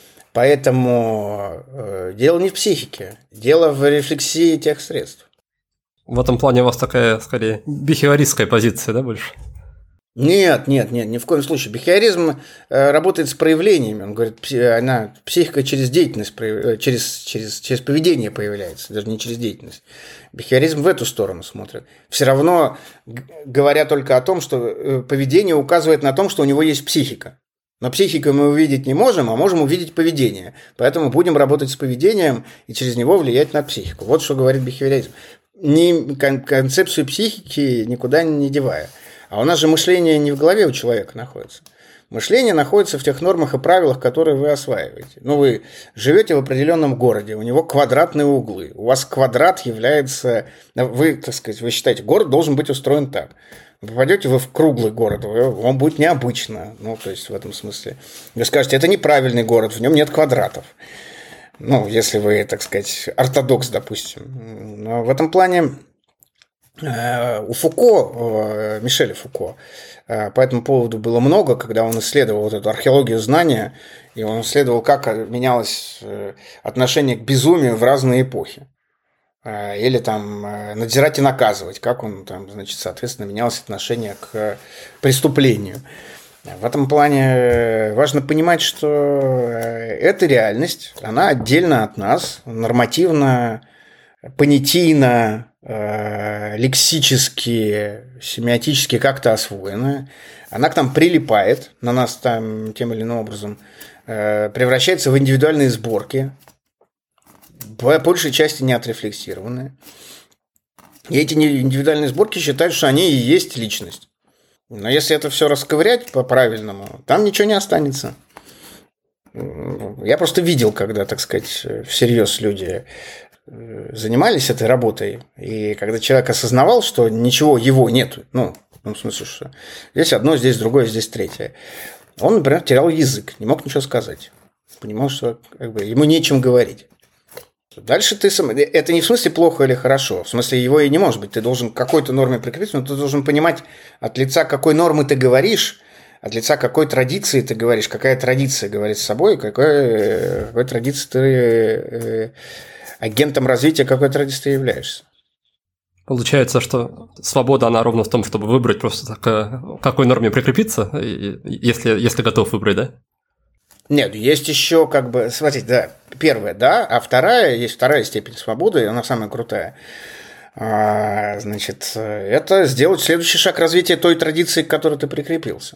Поэтому э, дело не в психике, дело в рефлексии тех средств. В этом плане у вас такая, скорее, бихевиористская позиция, да, больше? Нет, нет, нет, ни в коем случае. Бихевиоризм э, работает с проявлениями. Он говорит, она, психика через деятельность, через, через, через поведение появляется, даже не через деятельность. Бихевиоризм в эту сторону смотрит. Все равно говоря только о том, что поведение указывает на том, что у него есть психика. Но психику мы увидеть не можем, а можем увидеть поведение. Поэтому будем работать с поведением и через него влиять на психику. Вот что говорит бихевиоризм. Ни, концепцию психики никуда не девая. А у нас же мышление не в голове у человека находится. Мышление находится в тех нормах и правилах, которые вы осваиваете. Ну, вы живете в определенном городе, у него квадратные углы. У вас квадрат является... Вы, так сказать, вы считаете, город должен быть устроен так. Попадете вы в круглый город, он будет необычно. Ну, то есть, в этом смысле. Вы скажете, это неправильный город, в нем нет квадратов. Ну, если вы, так сказать, ортодокс, допустим. Но в этом плане... У Фуко, Мишеля Фуко, по этому поводу было много, когда он исследовал вот эту археологию знания, и он исследовал, как менялось отношение к безумию в разные эпохи. Или там надзирать и наказывать, как он там, значит, соответственно, менялось отношение к преступлению. В этом плане важно понимать, что эта реальность, она отдельно от нас, нормативно, понятийно, лексически, семиотически как-то освоена, она к нам прилипает, на нас там тем или иным образом, превращается в индивидуальные сборки, по большей части не отрефлексированные. И эти индивидуальные сборки считают, что они и есть личность. Но если это все расковырять по-правильному, там ничего не останется. Я просто видел, когда, так сказать, всерьез люди занимались этой работой, и когда человек осознавал, что ничего его нету, ну, Ну, в смысле, что здесь одно, здесь другое, здесь третье. Он, например, терял язык, не мог ничего сказать. Понимал, что как бы, ему нечем говорить. Дальше ты сам... Это не в смысле плохо или хорошо. В смысле, его и не может быть. Ты должен к какой-то норме прикрепиться, но ты должен понимать, от лица какой нормы ты говоришь, от лица какой традиции ты говоришь, какая традиция говорит с собой, какой, какой традиции ты э, агентом развития какой традиции ты являешься. Получается, что свобода, она ровно в том, чтобы выбрать просто так, к какой норме прикрепиться, если, если готов выбрать, да? Нет, есть еще как бы, смотрите, да, первая, да, а вторая, есть вторая степень свободы, она самая крутая. А, значит, это сделать следующий шаг развития той традиции, к которой ты прикрепился.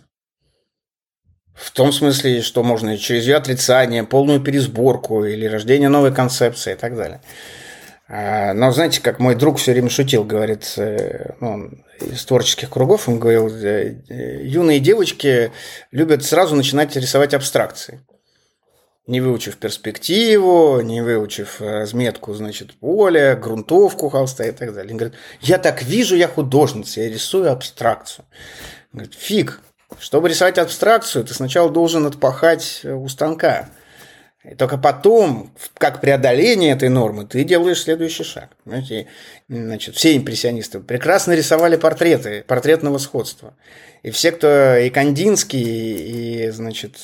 В том смысле, что можно через ее отрицание, полную пересборку или рождение новой концепции и так далее. Но знаете, как мой друг все время шутил, говорит, ну, из творческих кругов, он говорил, юные девочки любят сразу начинать рисовать абстракции. Не выучив перспективу, не выучив разметку, значит, поля, грунтовку холста и так далее. Он говорит, я так вижу, я художница, я рисую абстракцию. Он говорит, фиг, чтобы рисовать абстракцию, ты сначала должен отпахать у станка. И только потом, как преодоление этой нормы, ты делаешь следующий шаг. Понимаете? Значит, все импрессионисты прекрасно рисовали портреты, портретного сходства. И все, кто и Кандинский, и, значит,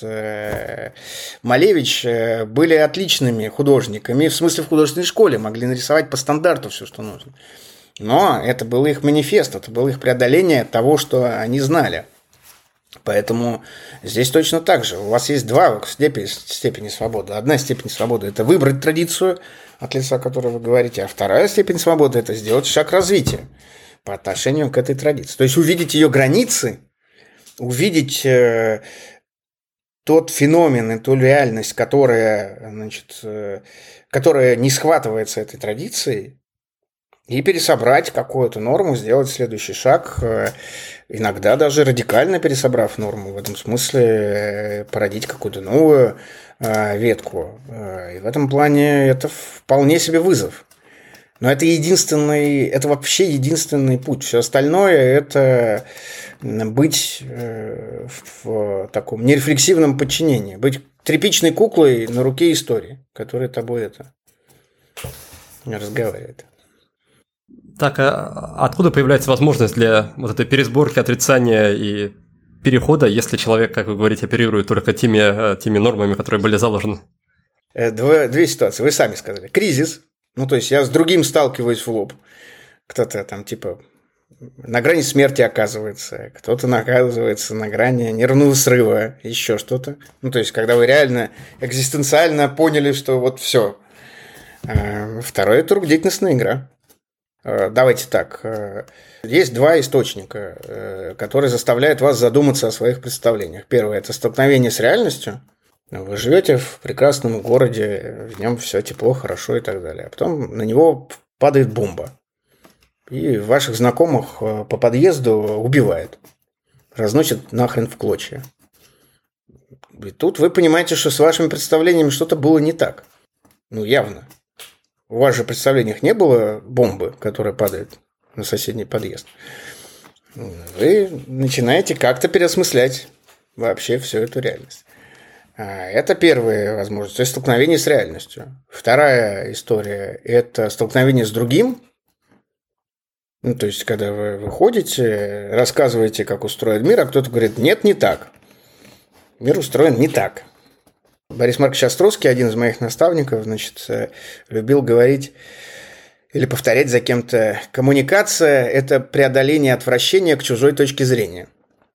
Малевич были отличными художниками, в смысле в художественной школе, могли нарисовать по стандарту все, что нужно. Но это был их манифест, это было их преодоление того, что они знали. Поэтому здесь точно так же. У вас есть два степени, степени свободы. Одна степень свободы – это выбрать традицию, от лица которой вы говорите, а вторая степень свободы – это сделать шаг развития по отношению к этой традиции. То есть увидеть ее границы, увидеть э, тот феномен и ту реальность, которая, значит, э, которая не схватывается этой традицией, и пересобрать какую-то норму, сделать следующий шаг, иногда даже радикально пересобрав норму, в этом смысле породить какую-то новую ветку. И в этом плане это вполне себе вызов. Но это единственный, это вообще единственный путь. Все остальное – это быть в таком нерефлексивном подчинении, быть тряпичной куклой на руке истории, которая тобой это разговаривает. Так, а откуда появляется возможность для вот этой пересборки, отрицания и перехода, если человек, как вы говорите, оперирует только теми, теми нормами, которые были заложены? Две, две ситуации. Вы сами сказали. Кризис. Ну, то есть, я с другим сталкиваюсь в лоб. Кто-то там, типа, на грани смерти оказывается, кто-то оказывается на грани нервного срыва, еще что-то. Ну, то есть, когда вы реально экзистенциально поняли, что вот все. Второе – это руководительная игра. Давайте так. Есть два источника, которые заставляют вас задуматься о своих представлениях. Первое – это столкновение с реальностью. Вы живете в прекрасном городе, в нем все тепло, хорошо и так далее. А потом на него падает бомба. И ваших знакомых по подъезду убивает. Разносит нахрен в клочья. И тут вы понимаете, что с вашими представлениями что-то было не так. Ну, явно. У вас же в представлениях не было бомбы, которая падает на соседний подъезд. Вы начинаете как-то переосмыслять вообще всю эту реальность. Это первая возможность, то есть столкновение с реальностью. Вторая история – это столкновение с другим. Ну, то есть, когда вы выходите, рассказываете, как устроен мир, а кто-то говорит, нет, не так. Мир устроен не так. Борис Маркович Островский, один из моих наставников, значит, любил говорить или повторять за кем-то: коммуникация – это преодоление отвращения к чужой точке зрения.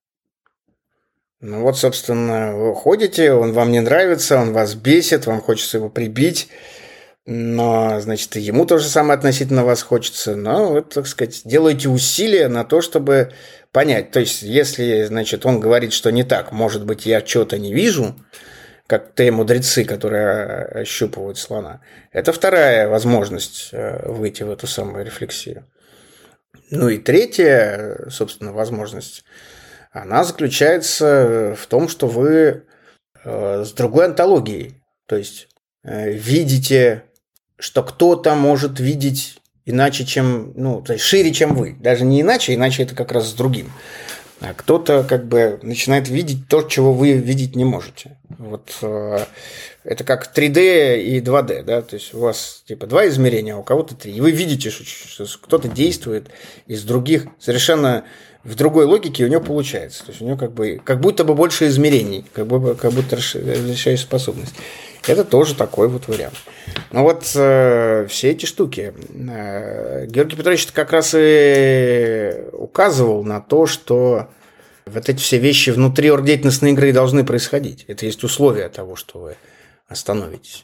Ну вот, собственно, вы ходите, он вам не нравится, он вас бесит, вам хочется его прибить, но, значит, и ему то же самое относительно вас хочется, но вы, так сказать, делаете усилия на то, чтобы понять. То есть, если, значит, он говорит, что не так, может быть, я что-то не вижу, как те мудрецы, которые ощупывают слона. Это вторая возможность выйти в эту самую рефлексию. Ну и третья, собственно, возможность, она заключается в том, что вы с другой онтологией, то есть видите, что кто-то может видеть иначе, чем, ну, то есть шире, чем вы. Даже не иначе, иначе это как раз с другим. А кто-то как бы начинает видеть то, чего вы видеть не можете. Вот э, это как три дэ и два дэ, да, то есть у вас типа два измерения, а у кого-то три. И вы видите, что, что кто-то действует из других, совершенно в другой логике у него получается. То есть у него как бы как будто бы больше измерений, как, бы, как будто расширяющая способность. Это тоже такой вот вариант. Ну вот э, все эти штуки. Э, Георгий Петрович как раз и указывал на то, что вот эти все вещи внутри оргдеятельностной игры должны происходить. Это есть условия того, что вы остановитесь.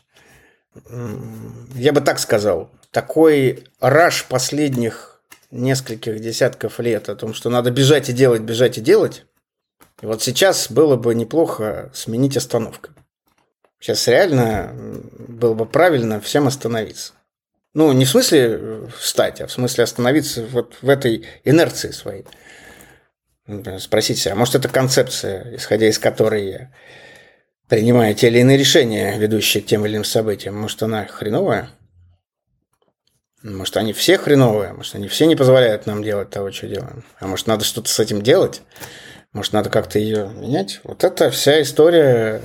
Я бы так сказал. Такой раш последних нескольких десятков лет о том, что надо бежать и делать, бежать и делать. И вот сейчас было бы неплохо сменить остановкой. Сейчас реально было бы правильно всем остановиться. Ну, не в смысле встать, а в смысле остановиться вот в этой инерции своей. Спросить себя, а может, это концепция, исходя из которой я принимаю те или иные решения, ведущие к тем или иным событиям, может, она хреновая? Может, они все хреновые? Может, они все не позволяют нам делать того, что делаем? А может, надо что-то с этим делать? Может, надо как-то ее менять? Вот это вся история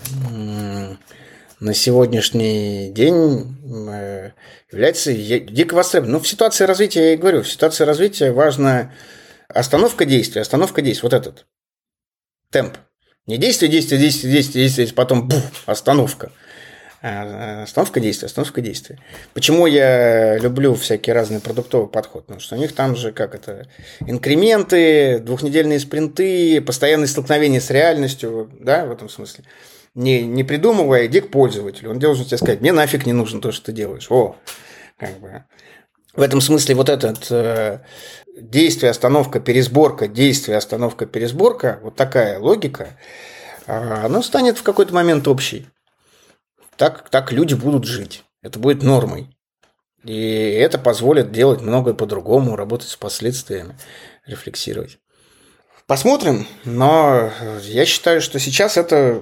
на сегодняшний день является дико востребованной. Ну, в ситуации развития, я и говорю, в ситуации развития важна остановка действия, остановка действия, вот этот темп. Не действие, действие, действие, действие, действие, потом бух, остановка. А остановка действия, остановка действия. Почему я люблю всякие разные продуктовый подход? Потому что у них там же, как это, инкременты, двухнедельные спринты, постоянные столкновения с реальностью, да, в этом смысле. Не, не придумывая, иди к пользователю. Он должен тебе сказать, мне нафиг не нужно то, что ты делаешь. О, как бы. В этом смысле вот этот э, действие, остановка, пересборка, действие, остановка, пересборка, вот такая логика, э, она станет в какой-то момент общей. Так, так люди будут жить. Это будет нормой. И это позволит делать многое по-другому, работать с последствиями, рефлексировать. Посмотрим, но я считаю, что сейчас это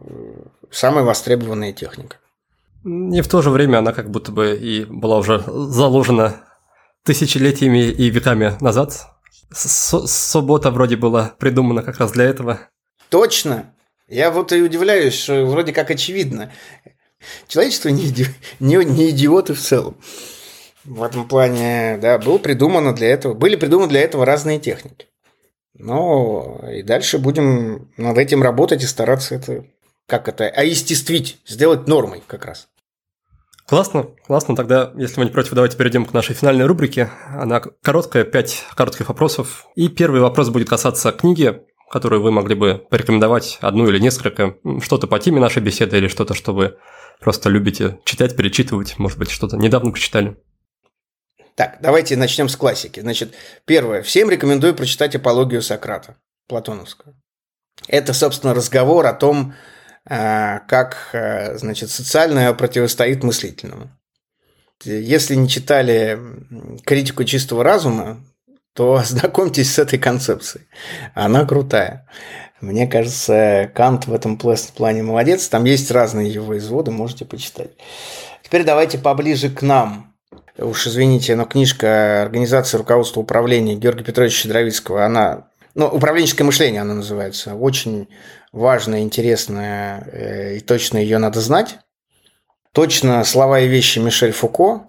самая востребованная техника. И в то же время она как будто бы и была уже заложена тысячелетиями и веками назад. С- суббота вроде была придумана как раз для этого. Точно. Я вот и удивляюсь, что вроде как очевидно. Человечество не, иди... не, не идиоты в целом. В этом плане, да, было придумано для этого, были придуманы для этого разные техники. Ну, и дальше будем над этим работать и стараться это, как это, оестествить, сделать нормой как раз. Классно, классно. Тогда, если вы не против, давайте перейдем к нашей финальной рубрике. Она короткая, пять коротких вопросов. И первый вопрос будет касаться книги, которую вы могли бы порекомендовать, одну или несколько, что-то по теме нашей беседы или что-то, что вы просто любите читать, перечитывать, может быть, что-то недавно прочитали. Так, давайте начнем с классики. Значит, первое. Всем рекомендую прочитать «Апологию Сократа» платоновскую. Это, собственно, разговор о том, как, значит, социальное противостоит мыслительному. Если не читали «Критику чистого разума», то ознакомьтесь с этой концепцией. Она крутая. Мне кажется, Кант в этом плане молодец. Там есть разные его изводы, можете почитать. Теперь давайте поближе к нам. Уж извините, но книжка «Организация руководства управления» Георгия Петровича Щедровицкого, она, ну, «Управленческое мышление» она называется. Очень важная, интересная, и точно ее надо знать. Точно «Слова и вещи» Мишель Фуко.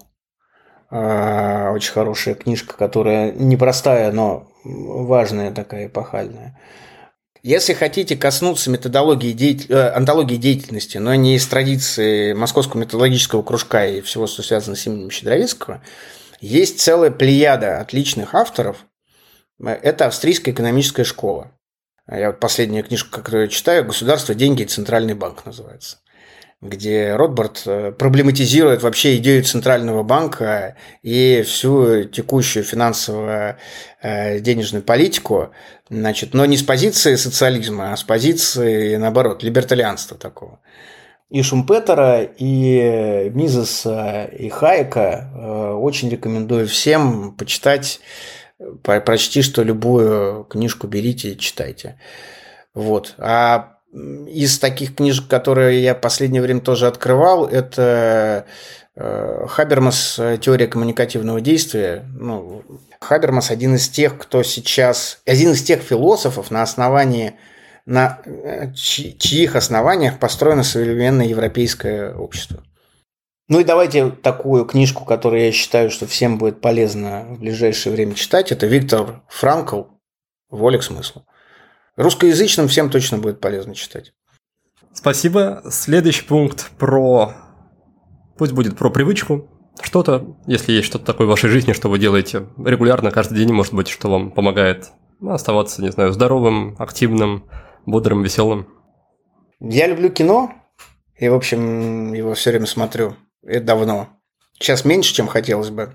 Очень хорошая книжка, которая непростая, но важная такая, эпохальная. Если хотите коснуться методологии деятель... антологии деятельности, но не из традиции Московского методологического кружка и всего, что связано с именем Щедровицкого, есть целая плеяда отличных авторов. Это австрийская экономическая школа. Я вот последнюю книжку, которую читаю, «Государство, деньги и центральный банк» называется, где Ротбард проблематизирует вообще идею Центрального банка и всю текущую финансово-денежную политику, значит, но не с позиции социализма, а с позиции, наоборот, либертарианства такого. И Шумпетера, и Мизеса, и Хайека очень рекомендую всем почитать, прочти, что любую книжку берите и читайте. Вот. А из таких книжек, которые я в последнее время тоже открывал, это Хабермас, теория коммуникативного действия. Ну, Хабермас один из тех, кто сейчас, один из тех философов, на основании, на чьих основаниях построено современное европейское общество. Ну и давайте такую книжку, которую я считаю, что всем будет полезно в ближайшее время читать. Это Виктор Франкл «Воля к смыслу». Русскоязычным всем точно будет полезно читать. Спасибо. Следующий пункт про... Пусть будет про привычку. Что-то, если есть что-то такое в вашей жизни, что вы делаете регулярно, каждый день, может быть, что вам помогает оставаться, не знаю, здоровым, активным, бодрым, веселым. Я люблю кино, и, в общем, его все время смотрю. Это давно. Сейчас меньше, чем хотелось бы.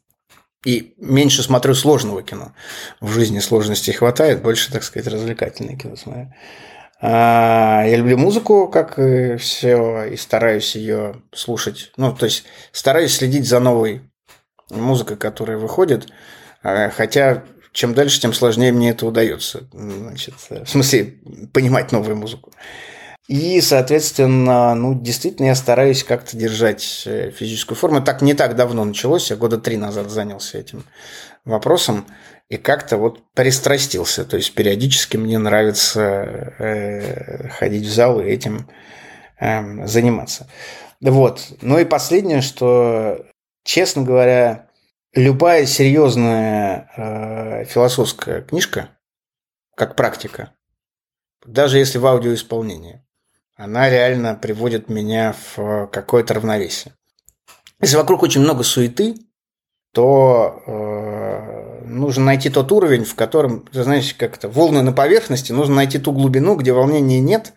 И меньше смотрю сложного кино. В жизни сложностей хватает, больше, так сказать, развлекательное кино смотрю. Я люблю музыку, как и все, и стараюсь ее слушать. Ну, то есть, стараюсь следить за новой музыкой, которая выходит. Хотя, чем дальше, тем сложнее мне это удается. Значит, в смысле, понимать новую музыку. И, соответственно, ну, действительно, я стараюсь как-то держать физическую форму. Так не так давно началось, я года три назад занялся этим вопросом. И как-то вот пристрастился. То есть, периодически мне нравится э, ходить в зал и этим э, заниматься. Вот. Ну и последнее, что, честно говоря, любая серьезная э, философская книжка, как практика, даже если в аудиоисполнении, она реально приводит меня в какое-то равновесие. Если вокруг очень много суеты, то э, нужно найти тот уровень, в котором, ты знаешь, как-то волны на поверхности, нужно найти ту глубину, где волнения нет.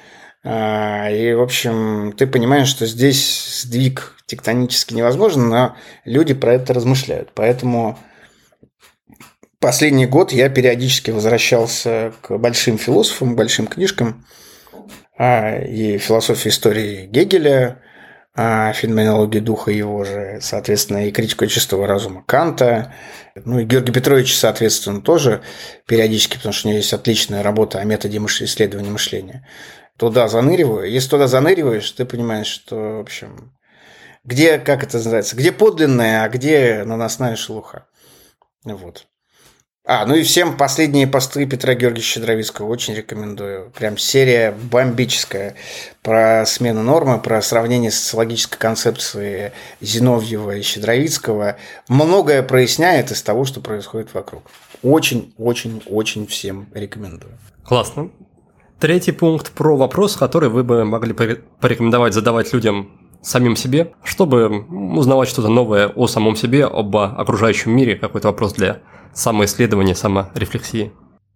Э, и, в общем, ты понимаешь, что здесь сдвиг тектонически невозможен, но люди про это размышляют. Поэтому последний год я периодически возвращался к большим философам, большим книжкам, э, и философии истории Гегеля, феноменологии духа его же, соответственно, и критику чистого разума Канта, ну и Георгий Петрович, соответственно, тоже периодически, потому что у него есть отличная работа о методе исследования мышления. Туда заныриваю. Если туда заныриваешь, ты понимаешь, что, в общем, где, как это называется, где подлинная, а где наносная шелуха. Вот. А, ну и всем последние посты Петра Георгиевича Щедровицкого очень рекомендую. Прям серия бомбическая про смену нормы, про сравнение социологической концепции Зиновьева и Щедровицкого. Многое проясняет из того, что происходит вокруг. Очень-очень-очень всем рекомендую. Классно. Третий пункт про вопрос, который вы бы могли порекомендовать задавать людям самим себе, чтобы узнавать что-то новое о самом себе, об окружающем мире, какой-то вопрос для самоисследования, саморефлексии.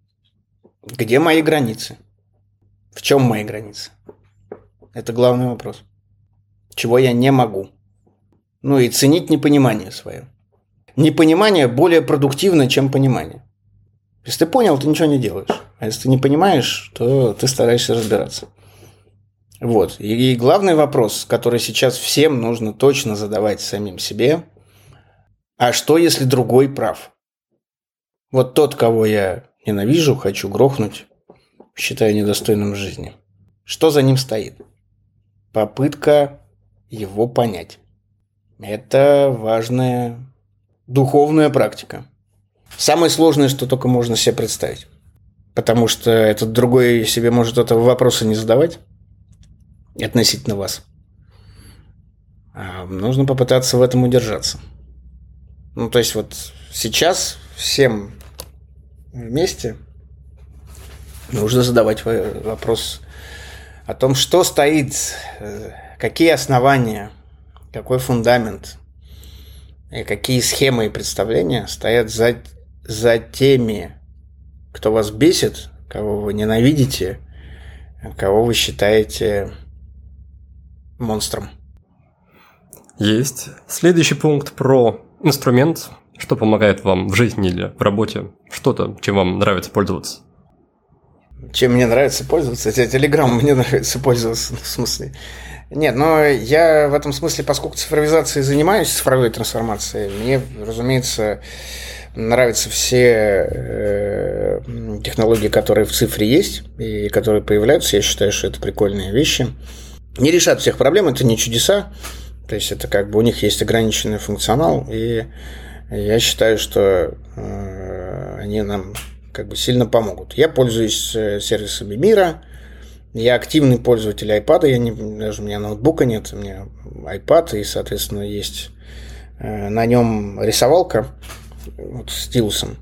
Где мои границы? В чем мои границы? Это главный вопрос. Чего я не могу? Ну и ценить непонимание свое. Непонимание более продуктивно, чем понимание. Если ты понял, ты ничего не делаешь. А если ты не понимаешь, то ты стараешься разбираться. Вот. И главный вопрос, который сейчас всем нужно точно задавать самим себе: а что, если другой прав? Вот тот, кого я ненавижу, хочу грохнуть, считаю недостойным жизни. Что за ним стоит? Попытка его понять. Это важная духовная практика. Самое сложное, что только можно себе представить. Потому что этот другой себе может этого вопроса не задавать относительно вас. А нужно попытаться в этом удержаться. Ну, то есть вот сейчас всем вместе нужно задавать вопрос о том, что стоит, какие основания, какой фундамент и какие схемы и представления стоят за, за теми, кто вас бесит, кого вы ненавидите, кого вы считаете монстром. Есть. Следующий пункт про инструмент, что помогает вам в жизни или в работе, что-то, чем вам нравится пользоваться. Чем мне нравится пользоваться? Телеграм мне нравится пользоваться, в смысле. Нет, но я в этом смысле, поскольку цифровизацией занимаюсь, цифровой трансформацией, мне, разумеется, нравятся все э, технологии, которые в цифре есть и которые появляются. Я считаю, что это прикольные вещи. Не решат всех проблем, это не чудеса, То есть это как бы у них есть ограниченный функционал, и я считаю, что э, они нам как бы сильно помогут. Я пользуюсь сервисами Мира, я активный пользователь iPad, я не, даже у меня ноутбука нет, у меня iPad, и, соответственно, есть э, на нем рисовалка вот, с стилусом.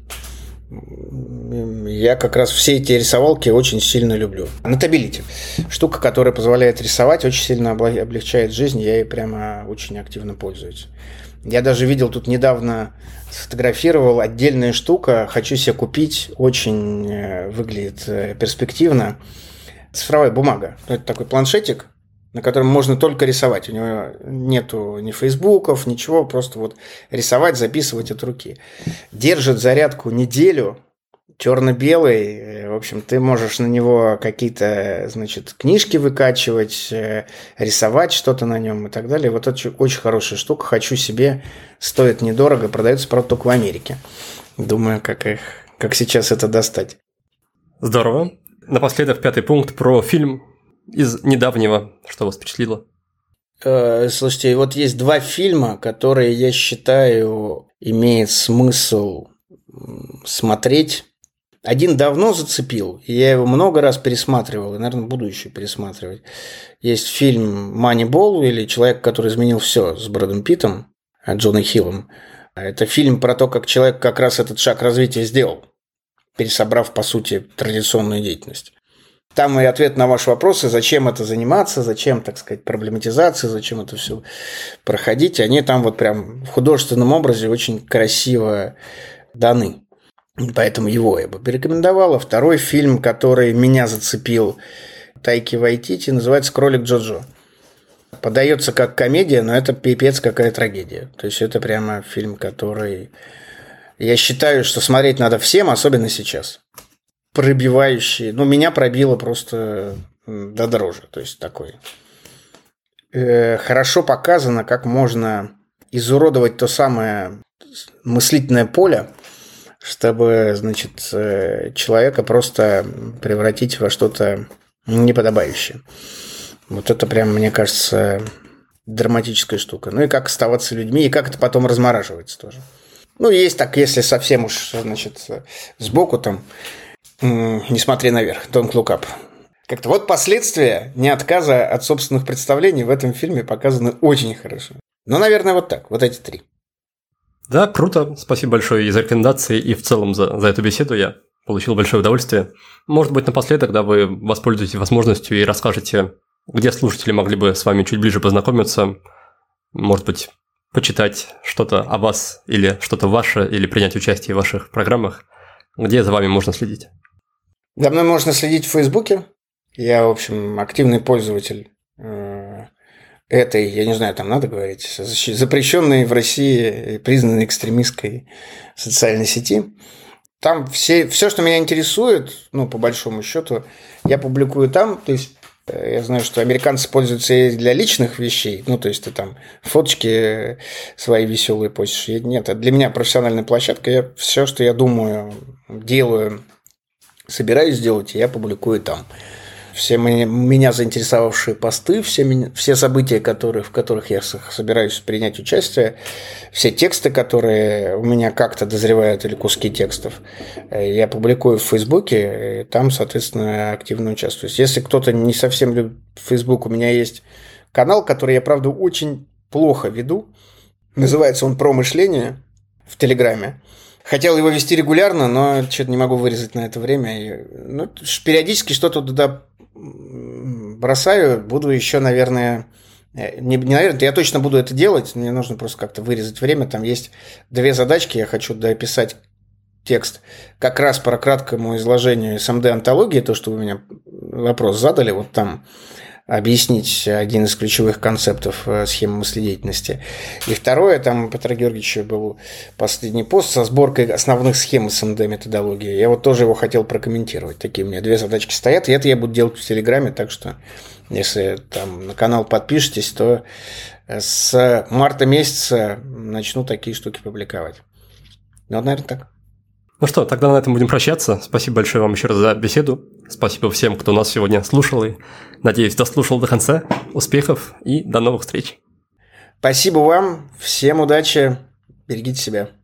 Я как раз все эти рисовалки очень сильно люблю. Notability. Штука, которая позволяет рисовать, очень сильно облегчает жизнь. Я ей прямо очень активно пользуюсь. Я даже видел тут недавно, сфотографировал отдельная штука. Хочу себе купить. Очень выглядит перспективно. Цифровая бумага. Это такой планшетик, на котором можно только рисовать. У него нету ни фейсбуков, ничего, просто вот рисовать, записывать от руки. Держит зарядку неделю, черно-белый. В общем, ты можешь на него какие-то, значит, книжки выкачивать, рисовать что-то на нем и так далее. Вот это очень хорошая штука. Хочу себе. Стоит недорого, продается, правда, только в Америке. Думаю, как их, как сейчас это достать. Здорово. Напоследок пятый пункт про фильм из недавнего, что вас впечатлило? Слушайте, вот есть два фильма, которые, я считаю, имеет смысл смотреть. Один давно зацепил, и я его много раз пересматривал, и, наверное, буду еще пересматривать. Есть фильм «Манибол» или «Человек, который изменил все» с Брэдом Питтом, Джоном Хиллом. Это фильм про то, как человек как раз этот шаг развития сделал, пересобрав, по сути, традиционную деятельность. Там и ответ на ваши вопросы, зачем это заниматься, зачем, так сказать, проблематизация, зачем это все проходить, они там вот прям в художественном образе очень красиво даны. Поэтому его я бы порекомендовал. А второй фильм, который меня зацепил, Тайки Вайтити, называется «Кролик Джоджо». Подается как комедия, но это пипец какая трагедия. То есть это прямо фильм, который... Я считаю, что смотреть надо всем, особенно сейчас. Пробивающий, ну, меня пробило просто до дрожи, то есть такой. Э, хорошо показано, как можно изуродовать то самое мыслительное поле, чтобы, значит, человека просто превратить во что-то неподобающее. Вот это прям, мне кажется, драматическая штука. Ну и как оставаться людьми, и как это потом размораживается тоже. Ну, есть так, если совсем уж, значит, сбоку там, не смотри наверх, don't look up. Как-то вот последствия не отказа от собственных представлений в этом фильме показаны очень хорошо. Ну, наверное, вот так, вот эти три. Да, круто. Спасибо большое и за рекомендации, и в целом за, за эту беседу. Я получил большое удовольствие. Может быть, напоследок, да, вы воспользуетесь возможностью и расскажете, где слушатели могли бы с вами чуть ближе познакомиться. Может быть, почитать что-то о вас или что-то ваше, или принять участие в ваших программах. Где за вами можно следить? За мной можно следить в Фейсбуке. Я, в общем, активный пользователь этой, я не знаю, там надо говорить, запрещенной в России, признанной экстремистской социальной сети. Там все, все, что меня интересует, ну, по большому счету, я публикую там. То есть я знаю, что американцы пользуются и для личных вещей. Ну, то есть ты там фоточки свои веселые постишь. Нет, это для меня профессиональная площадка. Я все, что я думаю, делаю, собираюсь сделать, я публикую там. Все меня, меня заинтересовавшие посты, все, меня, все события, которые, в которых я собираюсь принять участие, все тексты, которые у меня как-то дозревают, или куски текстов, я публикую в Фейсбуке, и там, соответственно, активно участвую. Если кто-то не совсем любит Фейсбук, у меня есть канал, который я, правда, очень плохо веду. Называется он «Про мышление» в Телеграме. Хотел его вести регулярно, но что-то не могу вырезать на это время. Ну, периодически что-то туда бросаю. Буду еще, наверное... Не, не наверное, я точно буду это делать. Мне нужно просто как-то вырезать время. Там есть две задачки. Я хочу дописать текст как раз по краткому изложению эс эм дэ-антологии. То, что вы меня вопрос задали. Вот там объяснить один из ключевых концептов схемы мыследеятельности. И второе, там у Петра Георгиевича был последний пост со сборкой основных схем эс эм дэ-методологии. Я вот тоже его хотел прокомментировать. Такие у меня две задачки стоят, и это я буду делать в Телеграме, так что если там на канал подпишетесь, то с марта месяца начну такие штуки публиковать. Ну, вот, наверное, так. Ну что, тогда на этом будем прощаться. Спасибо большое вам еще раз за беседу. Спасибо всем, кто нас сегодня слушал и, надеюсь, дослушал до конца. Успехов и до новых встреч. Спасибо вам, всем удачи, берегите себя.